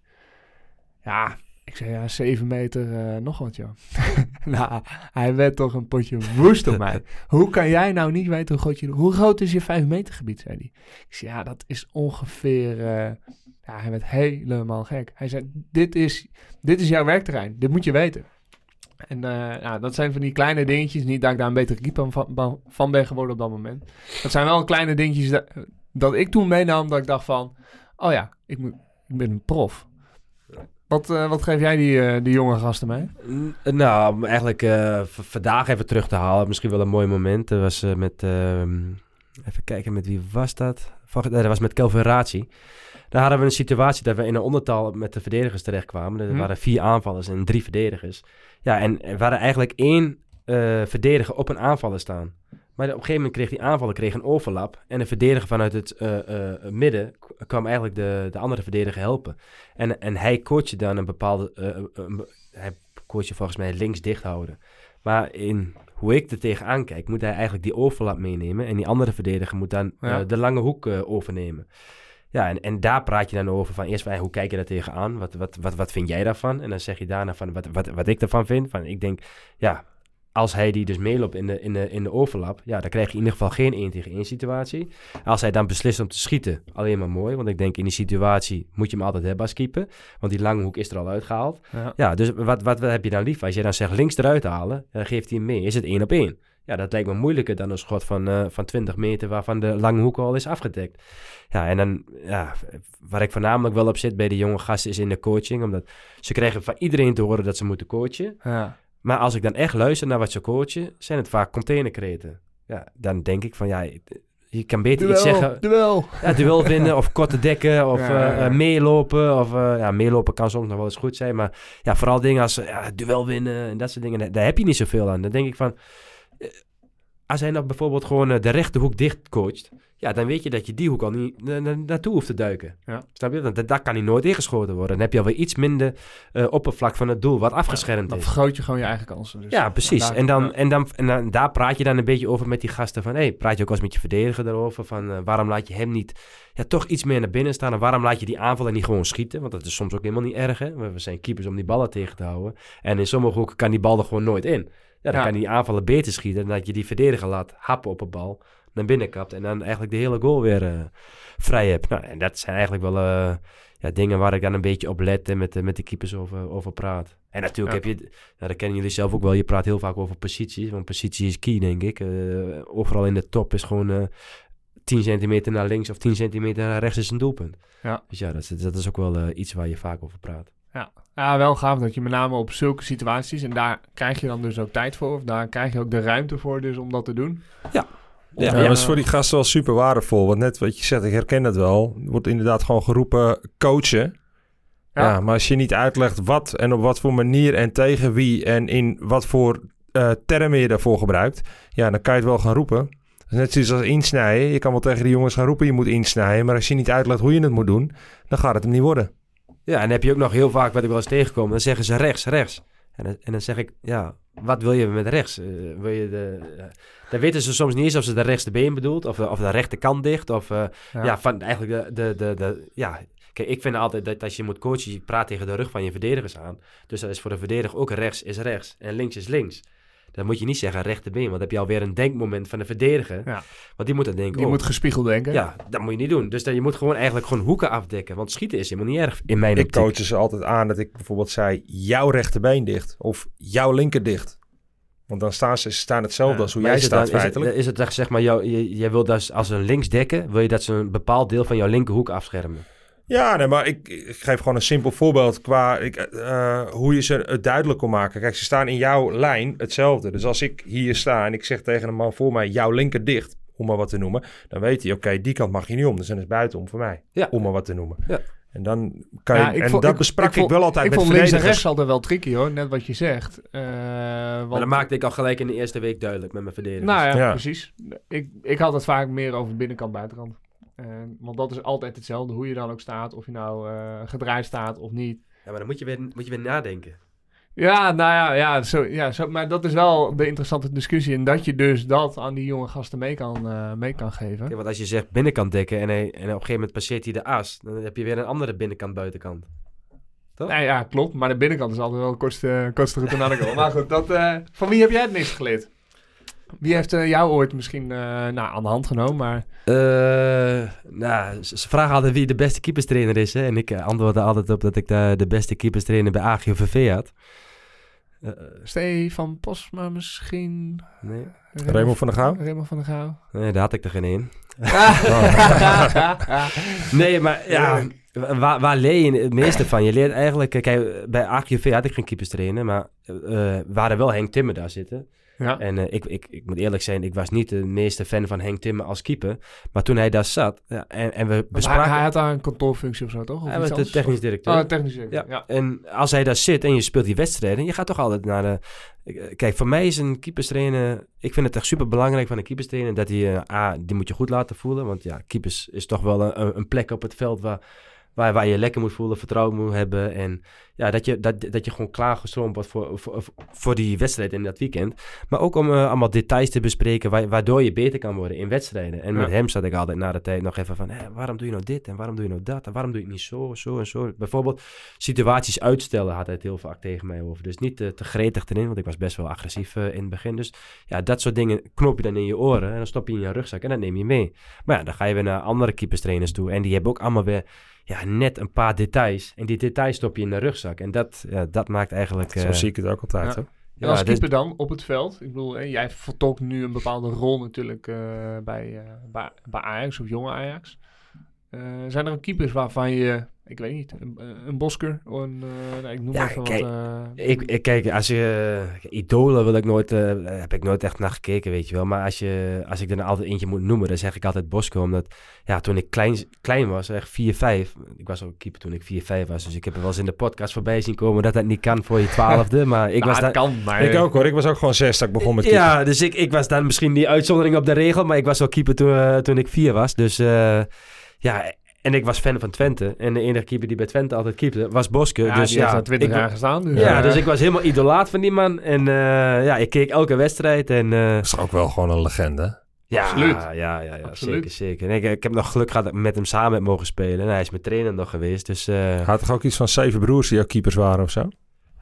Ja, ik zei ja, zeven meter uh, nog wat, joh. Nou, hij werd toch een potje woest op mij. Hoe kan jij nou niet weten hoe groot je... Hoe groot is je vijf meter gebied, zei hij. Ik zei, ja, dat is ongeveer... Uh, ja, hij werd helemaal gek. Hij zei, dit is, dit is jouw werkterrein. Dit moet je weten. En uh, nou, dat zijn van die kleine dingetjes. Niet dat ik daar een betere keeper van, van ben geworden op dat moment. Dat zijn wel kleine dingetjes dat, dat ik toen meenam. Dat ik dacht van, oh ja, ik, moet, ik ben een prof. Wat, uh, wat geef jij die, uh, die jonge gasten mee? N- nou, eigenlijk uh, v- vandaag even terug te halen. Misschien wel een mooi moment. Dat was uh, met... Uh, even kijken, met wie was dat? Nee, dat was met Kelvin Raci. Daar hadden we een situatie dat we in een ondertal met de verdedigers terechtkwamen. Er hmm. waren vier aanvallers en drie verdedigers. Ja, en er waren eigenlijk één uh, verdediger op een aanvaller staan. Maar op een gegeven moment kreeg die aanvaller kreeg een overlap. En de verdediger vanuit het uh, uh, midden kwam eigenlijk de, de andere verdediger helpen. En, en hij coachte dan een bepaalde... Uh, uh, hij coachte volgens mij links dicht houden. Maar in hoe ik er tegenaan kijk, moet hij eigenlijk die overlap meenemen. En die andere verdediger moet dan ja. uh, de lange hoek uh, overnemen. Ja, en, en daar praat je dan over van eerst van, hoe kijk je daar tegenaan? Wat, wat, wat, wat vind jij daarvan? En dan zeg je daarna van wat, wat, wat ik daarvan vind. Van, ik denk, ja... Als hij die dus meeloopt in de, in, de, in de overlap, ja, dan krijg je in ieder geval geen één tegen één situatie. Als hij dan beslist om te schieten, alleen maar mooi. Want ik denk in die situatie moet je hem altijd hebben als keeper. Want die lange hoek is er al uitgehaald. Ja, ja dus wat, wat, wat heb je dan lief? Als je dan zegt links eruit halen, dan geeft hij hem mee. Is het één op één? Ja, dat lijkt me moeilijker dan een schot van, uh, van twintig meter waarvan de lange hoek al is afgedekt. Ja, en dan, ja, waar ik voornamelijk wel op zit bij de jonge gasten is in de coaching. Omdat ze krijgen van iedereen te horen dat ze moeten coachen. Ja. Maar als ik dan echt luister naar wat ze coachen, zijn het vaak containerkreten. Ja, dan denk ik van, ja, je kan beter duel, iets zeggen. Duel. Ja, duel vinden of korte dekken of ja, ja, ja. Uh, meelopen. Of uh, ja, meelopen kan soms nog wel eens goed zijn. Maar ja, vooral dingen als uh, ja, duel winnen en dat soort dingen, daar heb je niet zoveel aan. Dan denk ik van, uh, als hij nog bijvoorbeeld gewoon uh, de rechterhoek dicht coacht, ja, dan weet je dat je die hoek al niet na- na- naartoe hoeft te duiken. Ja. Snap je? Want daar kan hij nooit ingeschoten worden. Dan heb je alweer iets minder uh, oppervlak van het doel wat afgeschermd ja, dan is. Dan vergroot je gewoon je eigen kansen. Dus. Ja, precies. Daar, en, dan, ja. en, dan, en dan daar praat je dan een beetje over met die gasten van, hey, praat je ook wel eens met je verdediger daarover van, uh, waarom laat je hem niet ja, toch iets meer naar binnen staan en waarom laat je die aanvaller niet gewoon schieten? Want dat is soms ook helemaal niet erg, hè? We zijn keepers om die ballen tegen te houden. En in sommige hoeken kan die bal er gewoon nooit in. Ja, dan Ja. kan die aanvallen beter schieten... dan dat je die verdediger laat happen op een bal... naar binnen kapt en dan eigenlijk de hele goal weer uh, vrij hebt. Nou, en dat zijn eigenlijk wel uh, ja, dingen waar ik dan een beetje op let... en met, uh, met de keepers over, over praat. En natuurlijk Ja. heb je... Nou, dat kennen jullie zelf ook wel. Je praat heel vaak over posities. Want positie is key, denk ik. Uh, overal in de top is gewoon... Uh, tien centimeter naar links of tien centimeter naar rechts is een doelpunt. Ja. Dus ja, dat is, dat is ook wel uh, iets waar je vaak over praat. Ja. ja, wel gaaf dat je met name op zulke situaties... en daar krijg je dan dus ook tijd voor... of daar krijg je ook de ruimte voor dus om dat te doen. Ja. Ja, Ja, dat ja. is voor die gasten wel super waardevol. Want net wat je zegt, ik herken het wel. Er wordt inderdaad gewoon geroepen coachen. Ja. Ja. ja, maar als je niet uitlegt wat en op wat voor manier en tegen wie... en in wat voor uh, termen je daarvoor gebruikt... ja, dan kan je het wel gaan roepen. Dat is net zoiets als insnijden. Je kan wel tegen die jongens gaan roepen, je moet insnijden. Maar als je niet uitlegt hoe je het moet doen... dan gaat het hem niet worden. Ja, en dan heb je ook nog heel vaak, wat ik wel eens tegenkom... dan zeggen ze rechts, rechts. En dan, en dan zeg ik, ja, wat wil je met rechts? Uh, wil je de... Uh, dan weten ze soms niet eens of ze de rechtste been bedoelt... of, of de rechterkant dicht, of... Uh, ja. ja, van eigenlijk de... de, de, de ja. Kijk, ik vind altijd dat als je moet coachen... je praat tegen de rug van je verdedigers aan. Dus dat is voor de verdediger ook rechts is rechts... en links is links. Dan moet je niet zeggen rechterbeen, want dan heb je alweer een denkmoment van de verdediger. Ja. Want die moet dan denken... Die oh, moet gespiegeld denken. ja, dat moet je niet doen. Dus dan, je moet gewoon eigenlijk gewoon hoeken afdekken. Want schieten is helemaal niet erg in mijn Ik optiek. coach ze altijd aan dat ik bijvoorbeeld zei... jouw rechterbeen dicht of jouw linker dicht. Want dan staan ze, ze staan hetzelfde Ja. als hoe Maar jij is het staat dan, is feitelijk. het, is het echt, zeg maar, jou, je, jij wil dus als een links dekken... wil je dat ze een bepaald deel van jouw linkerhoek afschermen? Ja, nee, maar ik, ik geef gewoon een simpel voorbeeld qua ik, uh, hoe je ze het duidelijk kon maken. Kijk, ze staan in jouw lijn hetzelfde. Dus als ik hier sta en ik zeg tegen een man voor mij jouw linker dicht, om maar wat te noemen, dan weet hij, oké, okay, die kant mag je niet om. Dus dan is het buitenom voor mij, Ja. om maar wat te noemen. Ja. En dan kan je, Ja, ik en vond- dat ik- besprak ik, vond- wel altijd ik met vond links en verdedigers. rechts altijd wel tricky hoor, net wat je zegt. Uh, want, Maar dat maakte ik al gelijk in de eerste week duidelijk met mijn verdedigers. Nou ja, Ja. precies. Ik, ik had het vaak meer over binnenkant, buitenkant. Uh, want dat is altijd hetzelfde, hoe je dan ook staat. Of je nou uh, gedraaid staat of niet. Ja, maar dan moet je weer, moet je weer nadenken. Ja, nou ja, ja, zo, ja zo, maar dat is wel de interessante discussie. En dat je dus dat aan die jonge gasten mee kan, uh, mee kan geven. Kijk, want als je zegt binnenkant dekken en, hij, en op een gegeven moment passeert hij de as... dan heb je weer een andere binnenkant, buitenkant. Toch? Nee, ja, klopt. Maar de binnenkant is altijd wel de kortste, kortste route naar de goal. Maar goed, dat, uh, van wie heb jij het meest geleerd? Wie heeft uh, jou ooit misschien uh, nou, aan de hand genomen, maar... Uh, nou, ze, ze vragen altijd wie de beste keeperstrainer is. Hè? En ik uh, antwoordde altijd op dat ik de, de beste keeperstrainer bij A G O V V had. Uh, Stefan Posma misschien? nee. Raymond van der Gouw? Raymond van der Gouw. Nee, daar had ik er geen één. Nee, maar ja, waar, waar leer je het meeste van? Je leert eigenlijk... Kijk, bij A G O V had ik geen keeperstrainer, maar uh, waren wel Henk Timmer daar zitten. Ja. En uh, ik, ik, ik moet eerlijk zijn, ik was niet de meeste fan van Henk Timmer als keeper. Maar toen hij daar zat ja, en, en we bespraken... Hij, hij had daar een kantoorfunctie of zo, toch? Of hij iets was de anders? technisch directeur. Oh, technisch directeur, Ja. ja. En als hij daar zit en je speelt die wedstrijden, je gaat toch altijd naar de... Kijk, voor mij is een keeperstrainer... Ik vind het echt super belangrijk van een keeperstrainer dat hij... Uh, A, die moet je goed laten voelen. Want ja, keepers is toch wel een, een plek op het veld waar... Waar, waar je lekker moet voelen, vertrouwen moet hebben. En ja, dat je, dat, dat je gewoon klaargestroomd wordt voor, voor, voor die wedstrijd in dat weekend. Maar ook om uh, allemaal details te bespreken wa- waardoor je beter kan worden in wedstrijden. En met Ja. hem zat ik altijd na de tijd nog even van... Hé, waarom doe je nou dit en waarom doe je nou dat? En waarom doe je het niet zo, zo en zo? Bijvoorbeeld situaties uitstellen had hij het heel vaak tegen mij over. Dus niet uh, te gretig erin, want ik was best wel agressief uh, in het begin. Dus ja, dat soort dingen knoop je dan in je oren. En dan stop je in je rugzak en dan neem je mee. Maar ja, dan ga je weer naar andere keeperstrainers toe. En die hebben ook allemaal weer... Ja, net een paar details. En die details stop je in de rugzak. En dat, ja, dat maakt eigenlijk... Zo uh, zie ik het ook altijd. Ja. Hè? En als ja, keeper dit- dan op het veld? Ik bedoel, hè, jij vertolkt nu een bepaalde rol natuurlijk uh, bij, uh, bij, bij Ajax of jonge Ajax. Uh, zijn er ook keepers waarvan je, ik weet niet, een, een Bosker, een, uh, nou, ik noem Ja, even kijk, wat... Uh, Ik, ik, kijk, als je... Uh, idolen wil ik nooit... Uh, heb ik nooit echt naar gekeken, weet je wel. Maar als, je, als ik er nou altijd eentje moet noemen, dan zeg ik altijd Bosko. Omdat, ja, toen ik klein, klein was, echt vier vijf... Ik was ook keeper toen ik vier vijf was. Dus ik heb er wel eens in de podcast voorbij zien komen dat dat niet kan voor je twaalfde. Maar ik nou, was het dan... kan, maar... Ik ook hoor, ik was ook gewoon zes dat ik begon met keeper. Ja, dus ik, ik was dan misschien die uitzondering op de regel. Maar ik was wel keeper toen, uh, toen ik vier was. Dus uh, ja... En ik was fan van Twente. En de enige keeper die bij Twente altijd keepte was Boske. Ja, dus die ja, heeft daar twintig ik, jaar gestaan. Dus, ja, uh, dus ik was helemaal idolaat van die man. En uh, ja, ik keek elke wedstrijd. En, uh, Dat is toch ook wel gewoon een legende. ja, Absoluut. Ja, ja, ja, Absoluut. zeker, zeker. En ik, ik heb nog geluk gehad dat ik met hem samen heb mogen spelen. En hij is mijn trainer nog geweest. Dus uh, Hij had toch ook iets van zeven broers die ook keepers waren of zo?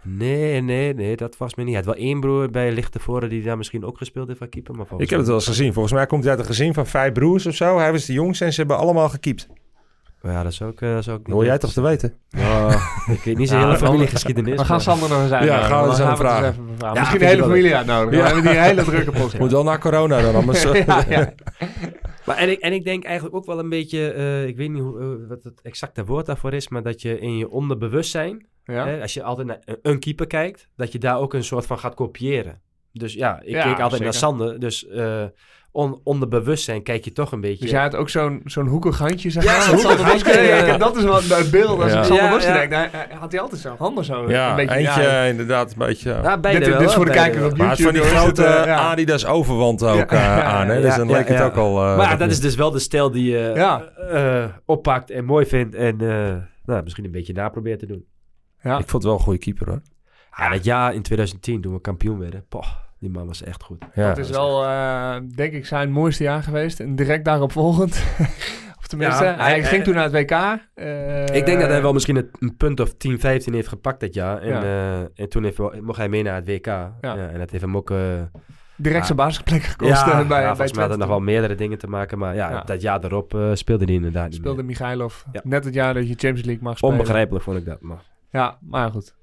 Nee, nee, nee, dat was me niet. Hij had wel één broer bij Lichtenvoorde die daar misschien ook gespeeld heeft van keeper. Maar Ik heb het wel eens gezien. Volgens mij komt hij uit een gezin van vijf broers of zo. Hij was de jongste en ze hebben allemaal gekiept. Ja, dat is ook, uh, dat is ook niet... Hoor jij toch te weten? Oh, ik weet niet zo Ja, hele we- familiegeschiedenis. We gaan maar- Sander nog eens uitnodigen. gaan we eens Dan aan gaan we het vragen. eens even vragen. Ja, Misschien de vind hele ik wel familie uitnodigen. Ja. We hebben die hele drukke podcast. Moet wel naar corona dan, anders. ja, ja. Maar en ik, en ik denk eigenlijk ook wel een beetje, uh, ik weet niet hoe, uh, wat het exacte woord daarvoor is, maar dat je in je onderbewustzijn, Ja. hè, als je altijd naar een keeper kijkt, dat je daar ook een soort van gaat kopiëren. Dus ja, ik Ja, keek altijd zeker. naar Sander, dus uh, on, onderbewustzijn kijk je toch een beetje. Dus jij had ook zo'n zo'n hoekig handje, zeg Ja, maar. zo'n Dat Sander hoekig Bosker- handje, ja, ja. Dat is wel het beeld als Ja. ik Sander Ja, Bosker ja. denk. Dan hij- had hij altijd zo'n handen zo. Ja, een beetje, eentje ja, inderdaad een beetje... Ja, beide dit, wel, dit is voor de beide kijkers op wel. Maar YouTube. het is van die joh, is grote het, uh, ja. Adidas overwand ook Ja. uh, aan. Hè? Ja, Dus dan ja, leek het ja. ook al... uh, Maar wat dat is niet. dus wel de stijl die je Ja. uh, oppakt en mooi vindt en uh, nou, misschien een beetje naprobeert te doen. Ja. Ik vond het wel een goede keeper, hoor. Ja, dat jaar in twintig tien toen we kampioen werden, poh, die man was echt goed. Ja. Dat is wel, uh, denk ik, zijn mooiste jaar geweest. En direct daarop volgend. Of tenminste, Ja, hij, hij- ging toen naar het W K. Uh, Ik denk dat hij wel misschien het, een punt of tien, vijftien heeft gepakt dat jaar. En, Ja. uh, en toen heeft, mocht hij mee naar het W K. Ja. en dat heeft hem ook... Uh, direct ja. zijn basisplek gekost. ja, uh, bij, ja, bij volgens mij had Twente. het nog wel meerdere dingen te maken. Maar ja, Ja. dat jaar erop uh, speelde hij inderdaad niet Speelde meer. Michailov. Ja. Net het jaar dat je Champions League mag spelen. Onbegrijpelijk vond ik dat. Maar Ja, maar goed.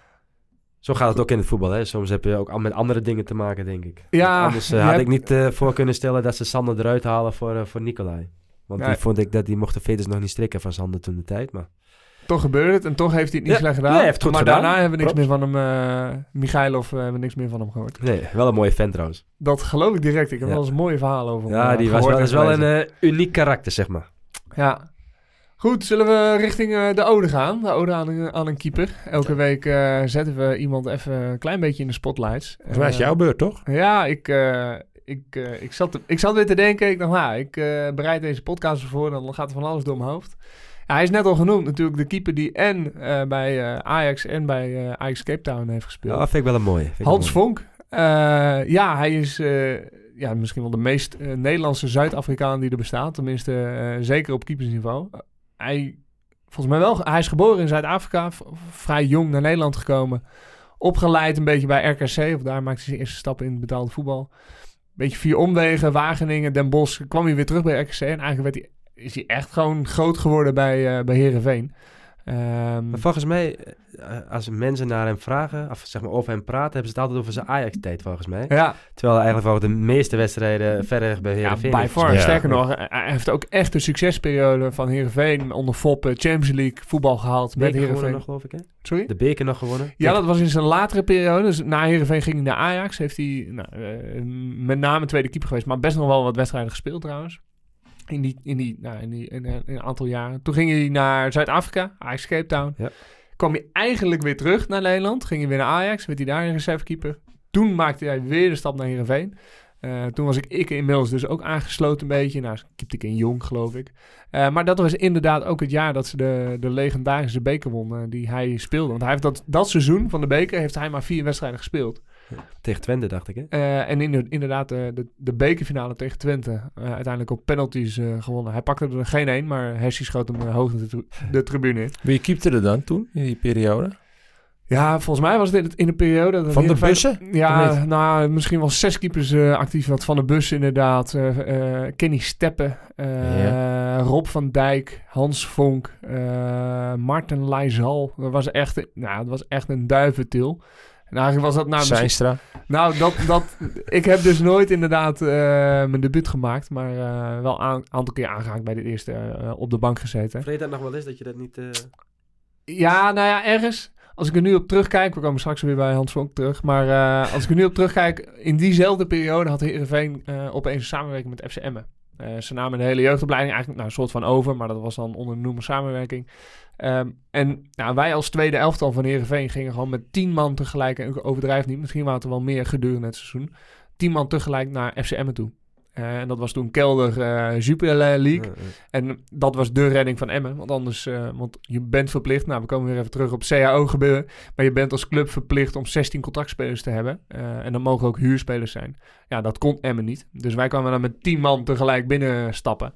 zo gaat het ook in het voetbal. Hè? Soms heb je ook al met andere dingen te maken, denk ik. Ja, Want anders uh, je had hebt- ik niet uh, voor kunnen stellen dat ze Sander eruit halen voor, uh, voor Nicolai. Want Nee. die vond ik dat die mocht de veters nog niet strikken van Sander toen de tijd. Maar Toch gebeurde het en toch heeft hij het niet Ja, slecht gedaan. nee, hij heeft het goed maar gedaan. daarna hebben we niks Props. meer van hem... Uh, Michailov, uh, hebben we niks meer van hem gehoord. nee, wel een mooie fan trouwens. Dat geloof ik direct. Ik heb Ja. wel eens mooie verhalen over hem Ja, uh, die was gehoord wel, en is wel een gelezen. uh, uniek karakter, zeg maar. Ja. Goed, zullen we richting uh, de ode gaan? De ode aan, een- aan een keeper. Elke week uh, zetten we iemand even een klein beetje in de spotlights. Volgens mij is het jouw beurt, toch? Ja, ik, uh, ik, uh, ik, zat te- ik zat weer te denken. Ik dacht, nou, ik uh, bereid deze podcast ervoor. Dan gaat er van alles door mijn hoofd. Ja, hij is net al genoemd natuurlijk. De keeper die en uh, bij uh, Ajax en bij uh, Ajax Cape Town heeft gespeeld. Ja, vind ik wel een mooie. Vind ik Hans wel een Vonk. Uh, ja, hij is uh, ja, misschien wel de meest uh, Nederlandse Zuid-Afrikaan die er bestaat. Tenminste, uh, zeker op keepersniveau. Uh, hij, volgens mij wel, hij is geboren in Zuid-Afrika. V- vrij jong naar Nederland gekomen. Opgeleid een beetje bij R K C. Of daar maakte hij zijn eerste stappen in het betaalde voetbal. Beetje via omwegen, Wageningen, Den Bosch. Kwam hij weer terug bij R K C. En eigenlijk werd hij, is hij echt gewoon groot geworden bij, uh, bij Heerenveen. Um, Maar volgens mij, uh, als mensen naar hem vragen, of zeg maar over hem praten, hebben ze het altijd over zijn Ajax-tijd, volgens mij. ja, Terwijl hij eigenlijk wel de meeste wedstrijden verder bij ja, Heerenveen by heeft far. gespeeld. Ja. Sterker nog, hij heeft ook echt de succesperiode van Heerenveen onder Foppen, Champions League, voetbal gehaald met Beker gewonnen Heerenveen. nog, geloof ik, hè? Sorry? De beker nog gewonnen. Ja, dat was in zijn latere periode. Dus na Heerenveen ging hij naar Ajax. Heeft hij nou, uh, met name tweede keeper geweest, maar best nog wel wat wedstrijden gespeeld trouwens. In, die, in, die, nou, in, die, in, in een aantal jaren. Toen ging hij naar Zuid-Afrika, Ajax Cape Town. Ja. Kwam hij eigenlijk weer terug naar Nederland. Ging hij weer naar Ajax, werd hij daar een reservekeeper. Toen maakte hij weer de stap naar Heerenveen. Uh, toen was ik, ik inmiddels dus ook aangesloten een beetje. Nou, keepte ik in Jong, geloof ik. Uh, maar dat was inderdaad ook het jaar dat ze de, de legendarische beker wonnen die hij speelde. Want hij heeft dat, dat seizoen van de beker heeft hij maar vier wedstrijden gespeeld. Tegen Twente, dacht ik, hè? Uh, en in de, inderdaad de, de, de bekerfinale tegen Twente uh, uiteindelijk op penalties uh, gewonnen. Hij pakte er geen één, maar Hershey schoot hem uh, hoog de, tri- de tribune in. Wie keepte er dan toen, in die periode? Ja, volgens mij was dit in de periode... Dat Van de Heerenveen- Bussen? Ja, Of niet? nou, misschien wel zes keepers uh, actief. Wat Van de Bus inderdaad. Uh, uh, Kenny Steppen. Uh, Ja. Rob van Dijk. Hans Vonk. Uh, Marten Leijzal. Dat was echt, nou, dat was echt een duiventil. En eigenlijk was dat nou... misschien- Seinstra? Nou, dat, dat, ik heb dus nooit inderdaad uh, mijn debuut gemaakt. Maar uh, wel een aantal keer aangehaakt bij dit eerste uh, op de bank gezeten. Vreet dat nog wel eens dat je dat niet... Uh... Ja, nou ja, ergens. Als ik er nu op terugkijk, we komen straks weer bij Hans Vonk terug. Maar uh, als ik er nu op terugkijk, in diezelfde periode had Heerenveen uh, opeens een samenwerking met F C Emmen. Uh, ze namen de hele jeugdopleiding eigenlijk nou, een soort van over, maar dat was dan onder de noemer samenwerking. Um, en nou, wij als tweede elftal van Heerenveen gingen gewoon met tien man tegelijk, en ik overdrijf niet, misschien waren het er wel meer gedurende het seizoen, tien man tegelijk naar F C Emmen toe. Uh, en dat was toen Kelder uh, Jupiler League. Uh, uh. En dat was de redding van Emmen. Want anders, uh, want je bent verplicht, nou we komen weer even terug op C A O gebeuren. Maar je bent als club verplicht om zestien contractspelers te hebben. Uh, en dan mogen ook huurspelers zijn. Ja, dat kon Emmen niet. Dus wij kwamen dan met tien man tegelijk binnenstappen.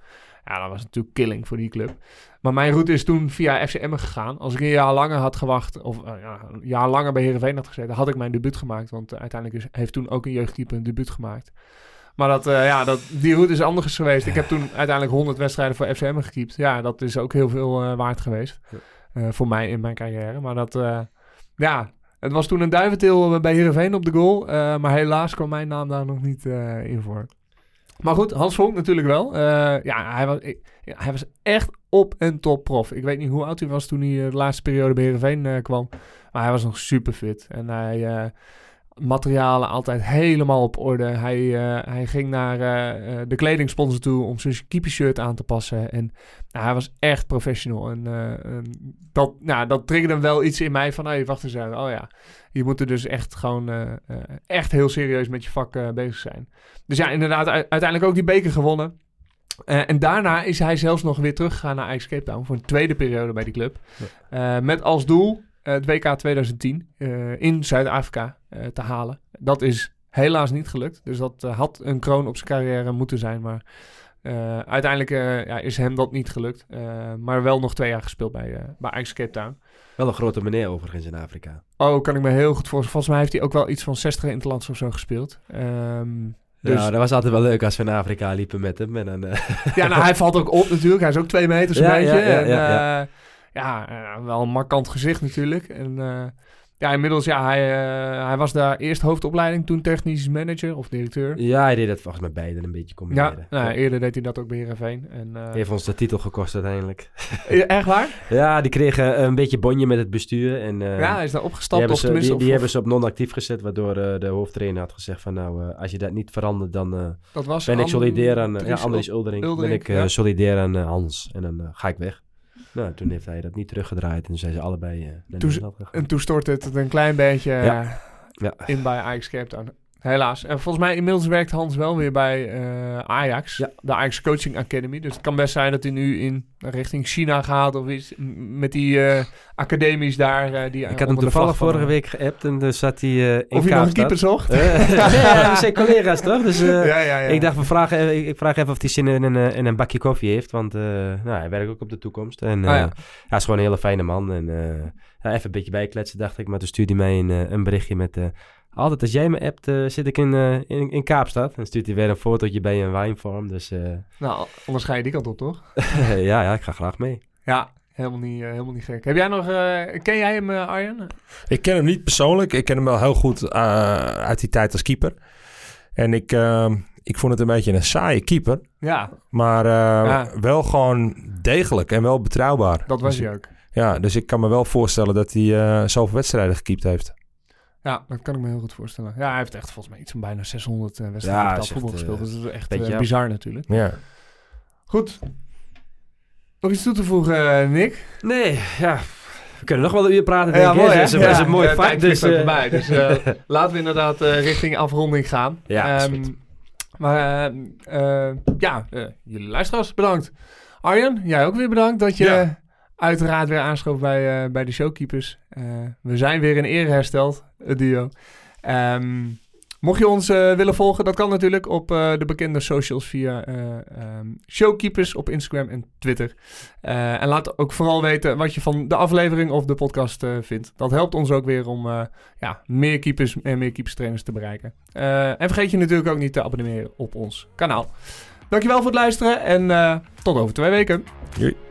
Ja, dat was natuurlijk killing voor die club. Maar mijn route is toen via F C Emmen gegaan. Als ik een jaar langer had gewacht, of uh, ja, een jaar langer bij Heerenveen had gezeten, had ik mijn debuut gemaakt. Want uh, uiteindelijk is, heeft toen ook een jeugdkeeper een debuut gemaakt. Maar dat, uh, ja, dat, die route is anders geweest. Ik heb toen uiteindelijk honderd wedstrijden voor F C Emmen gekiept. Ja, dat is ook heel veel uh, waard geweest. Uh, voor mij in mijn carrière. Maar dat, uh, ja, het was toen een duiventil bij Heerenveen op de goal. Uh, maar helaas kwam mijn naam daar nog niet uh, in voor. Maar goed, Hans Vonk natuurlijk wel. Uh, ja, hij was, ik, ja, hij was echt op en top prof. Ik weet niet hoe oud hij was toen hij uh, de laatste periode bij Heerenveen uh, kwam. Maar hij was nog super fit. En hij... Uh, materialen altijd helemaal op orde. Hij, uh, hij ging naar uh, de kledingsponsor toe om zijn keepershirt aan te passen. En nou, hij was echt professional. En uh, uh, dat, nou, dat triggerde wel iets in mij van, hé, hey, wacht eens even. Oh ja, je moet er dus echt gewoon uh, uh, echt heel serieus met je vak uh, bezig zijn. Dus ja, inderdaad, u- uiteindelijk ook die beker gewonnen. Uh, en daarna is hij zelfs nog weer teruggegaan naar Ajax Cape Town voor een tweede periode bij die club. Ja. Uh, met als doel uh, het W K twintig tien uh, in Zuid-Afrika uh, te halen. Dat is helaas niet gelukt. Dus dat uh, had een kroon op zijn carrière moeten zijn. Maar uh, uiteindelijk uh, ja, is hem dat niet gelukt. Uh, maar wel nog twee jaar gespeeld bij, uh, bij Ajax Cape Town. Wel een grote meneer overigens in Afrika. Oh, kan ik me heel goed voorstellen. Volgens mij heeft hij ook wel iets van zestig interlands of zo gespeeld. Um, Dus... Ja, dat was altijd wel leuk als we naar Afrika liepen met hem. En dan, uh... Ja, nou, hij valt ook op natuurlijk. Hij is ook twee meter zo'n ja, beetje. ja, ja, en, ja, ja. Uh, ja uh, wel een markant gezicht natuurlijk. En uh, ja, inmiddels, ja, hij, uh, hij was daar eerst hoofdopleiding, toen technisch manager of directeur. Ja, hij deed dat volgens mij beide een beetje combineren. Ja, nou, eerder deed hij dat ook bij Heerenveen. En, uh... heeft ons de titel gekost uiteindelijk. Echt waar? Ja, die kregen een beetje bonje met het bestuur. En, uh, ja, hij is daar opgestapt. Die, of ze, tenminste, die, die of, hebben ze op non-actief gezet, waardoor uh, de hoofdtrainer had gezegd van nou, uh, als je dat niet verandert, dan uh, dat was ben ik solidair aan uh, ja, Andries Uldering, Uldering, ben ik uh, ja. solidair aan uh, Hans. En dan uh, ga ik weg. Nou, toen heeft hij dat niet teruggedraaid en zijn ze allebei uh, naar toen, Nederland gegaan. En toen stortte het een klein beetje uh, ja. Ja. in bij Ajax Cape Town. Helaas. En volgens mij inmiddels werkt Hans wel weer bij uh, Ajax. Ja. De Ajax Coaching Academy. Dus het kan best zijn dat hij nu in richting China gaat of iets. Met die uh, academies daar. Uh, die ik had hem toevallig vorige week geappt en dus zat hij uh, in Of hij nog een keeper zocht. Uh, ja, we zijn collega's toch? Dus uh, ja, ja, ja. ik dacht, we vragen, ik, ik vraag even of hij zin in een, in een bakje koffie heeft. Want uh, nou, hij werkt ook op de toekomst. En uh, ah, ja. hij is gewoon een hele fijne man. En uh, ja, even een beetje bijkletsen dacht ik. Maar toen stuurde hij mij een, een berichtje met... Uh, altijd als jij me appt, uh, zit ik in, uh, in, in Kaapstad. Dan stuurt hij weer een fotootje bij een wijnvorm. Dus, uh... nou, anders ga je die kant op, toch? ja, ja, ik ga graag mee. Ja, helemaal niet, uh, helemaal niet gek. Heb jij nog... Uh, ken jij hem, uh, Arjen? Ik ken hem niet persoonlijk. Ik ken hem wel heel goed uh, uit die tijd als keeper. En ik, uh, ik vond het een beetje een saaie keeper. Ja. Maar uh, ja. wel gewoon degelijk en wel betrouwbaar. Dat was dus hij ook. Ja, dus ik kan me wel voorstellen dat hij uh, zoveel wedstrijden gekiept heeft. Ja, dat kan ik me heel goed voorstellen. Ja, hij heeft echt volgens mij iets van bijna zeshonderd uh, wedstrijden ja, voetbal gespeeld. Uh, dat is echt beetje, uh, ja. bizar natuurlijk. Ja. Goed. Nog iets toe te voegen, uh, Nick? Nee, ja... We kunnen nog wel een uur praten, denk ja, ik. mooi, Dat is, ja, is een mooi ja, vak. Dus, uh, voorbij. dus uh, laten we inderdaad uh, richting afronding gaan. Ja, um, Maar uh, uh, ja, uh, jullie luisteraars, bedankt. Arjen, jij ook weer bedankt dat je Ja. uiteraard weer aanschoof bij, uh, bij de Showkeepers. Uh, we zijn weer in ere hersteld, het duo. Um, mocht je ons uh, willen volgen, dat kan natuurlijk op uh, de bekende socials via uh, um, Showkeepers op Instagram en Twitter. Uh, en laat ook vooral weten wat je van de aflevering of de podcast uh, vindt. Dat helpt ons ook weer om uh, ja, meer keepers en meer keeperstrainers te bereiken. Uh, en vergeet je natuurlijk ook niet te abonneren op ons kanaal. Dankjewel voor het luisteren en uh, tot over twee weken. Doei.